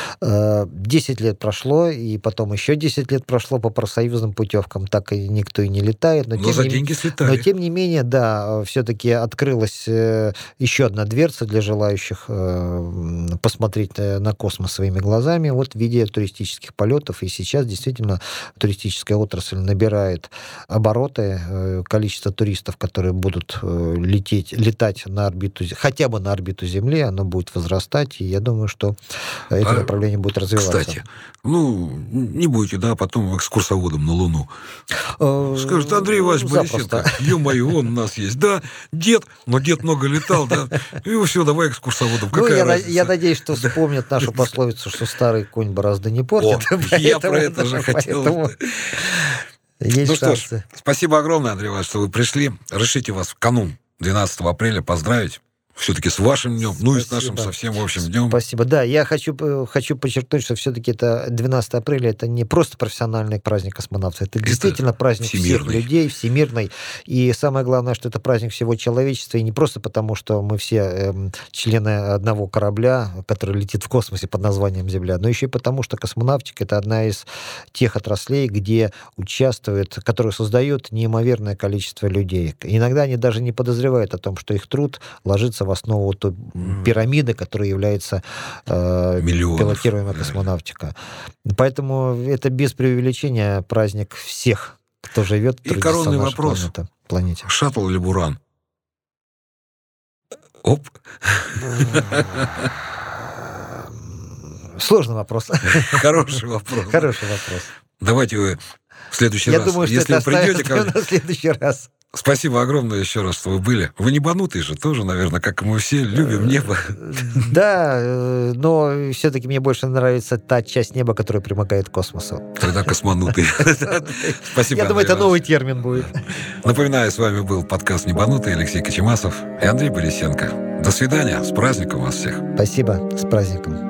десять лет прошло, и потом еще десять лет прошло по профсоюзным путевкам, так и никто и не летает. Но, но тем за не, деньги слетали. Но тем не менее, да, все-таки открылась еще одна дверца для желающих посмотреть на космос своими глазами, вот в виде туристических полетов. И сейчас действительно туристическая отрасль набирает обороты. Количество туристов, которые будут лететь, летать на орбиту, хотя бы на орбиту Земли, оно будет возрастать. И я думаю, что это а, направление будет развиваться. Кстати, ну, не будете, да, потом экскурсоводом на Луну. Скажет: Андрей Иванович Борисенко, ё-моё, он у нас есть. Да, дед, но дед много летал, да. И все, давай экскурсоводом. Ну, Какая я, разница? Я надеюсь, что вспомнят нашу пословицу, что старый конь борозды не портит. О, я про это же хотел. Есть ну шансы. Что ж, спасибо огромное, Андрей Иванович, что вы пришли. Разрешите вас в канун двенадцатого апреля поздравить. Все-таки с вашим днем, ну и с нашим совсем в общем днем. Спасибо. Да, я хочу, хочу подчеркнуть, что все-таки это двенадцатое апреля, это не просто профессиональный праздник космонавтов, это, это действительно праздник всемирный. Всех людей, всемирный. И самое главное, что это праздник всего человечества, и не просто потому, что мы все э, члены одного корабля, который летит в космосе под названием Земля, но еще и потому, что космонавтика — это одна из тех отраслей, где участвует, которые создают неимоверное количество людей. Иногда они даже не подозревают о том, что их труд ложится в основу той пирамиды, которая является э, пилотируемая космонавтика. Поэтому это без преувеличения праздник всех, кто живет и коронный на вопрос. Планета, планете. Шаттл или Буран? Оп. Сложный вопрос. Хороший вопрос. Хороший вопрос. Давайте вы в следующий Я раз, думаю, что если это вы придете оставим ко мне... на следующий раз. Спасибо огромное еще раз, что вы были. Вы не банутые же тоже, наверное, как и мы все, любим небо. Да, э, но все-таки мне больше нравится та часть неба, которая примыкает к космосу. Тогда космонутые. Спасибо. Я думаю, это новый термин будет. Напоминаю, с вами был подкаст «Небанутый» Алексей Кочемасов и Андрей Борисенко. До свидания. С праздником вас всех. Спасибо. С праздником.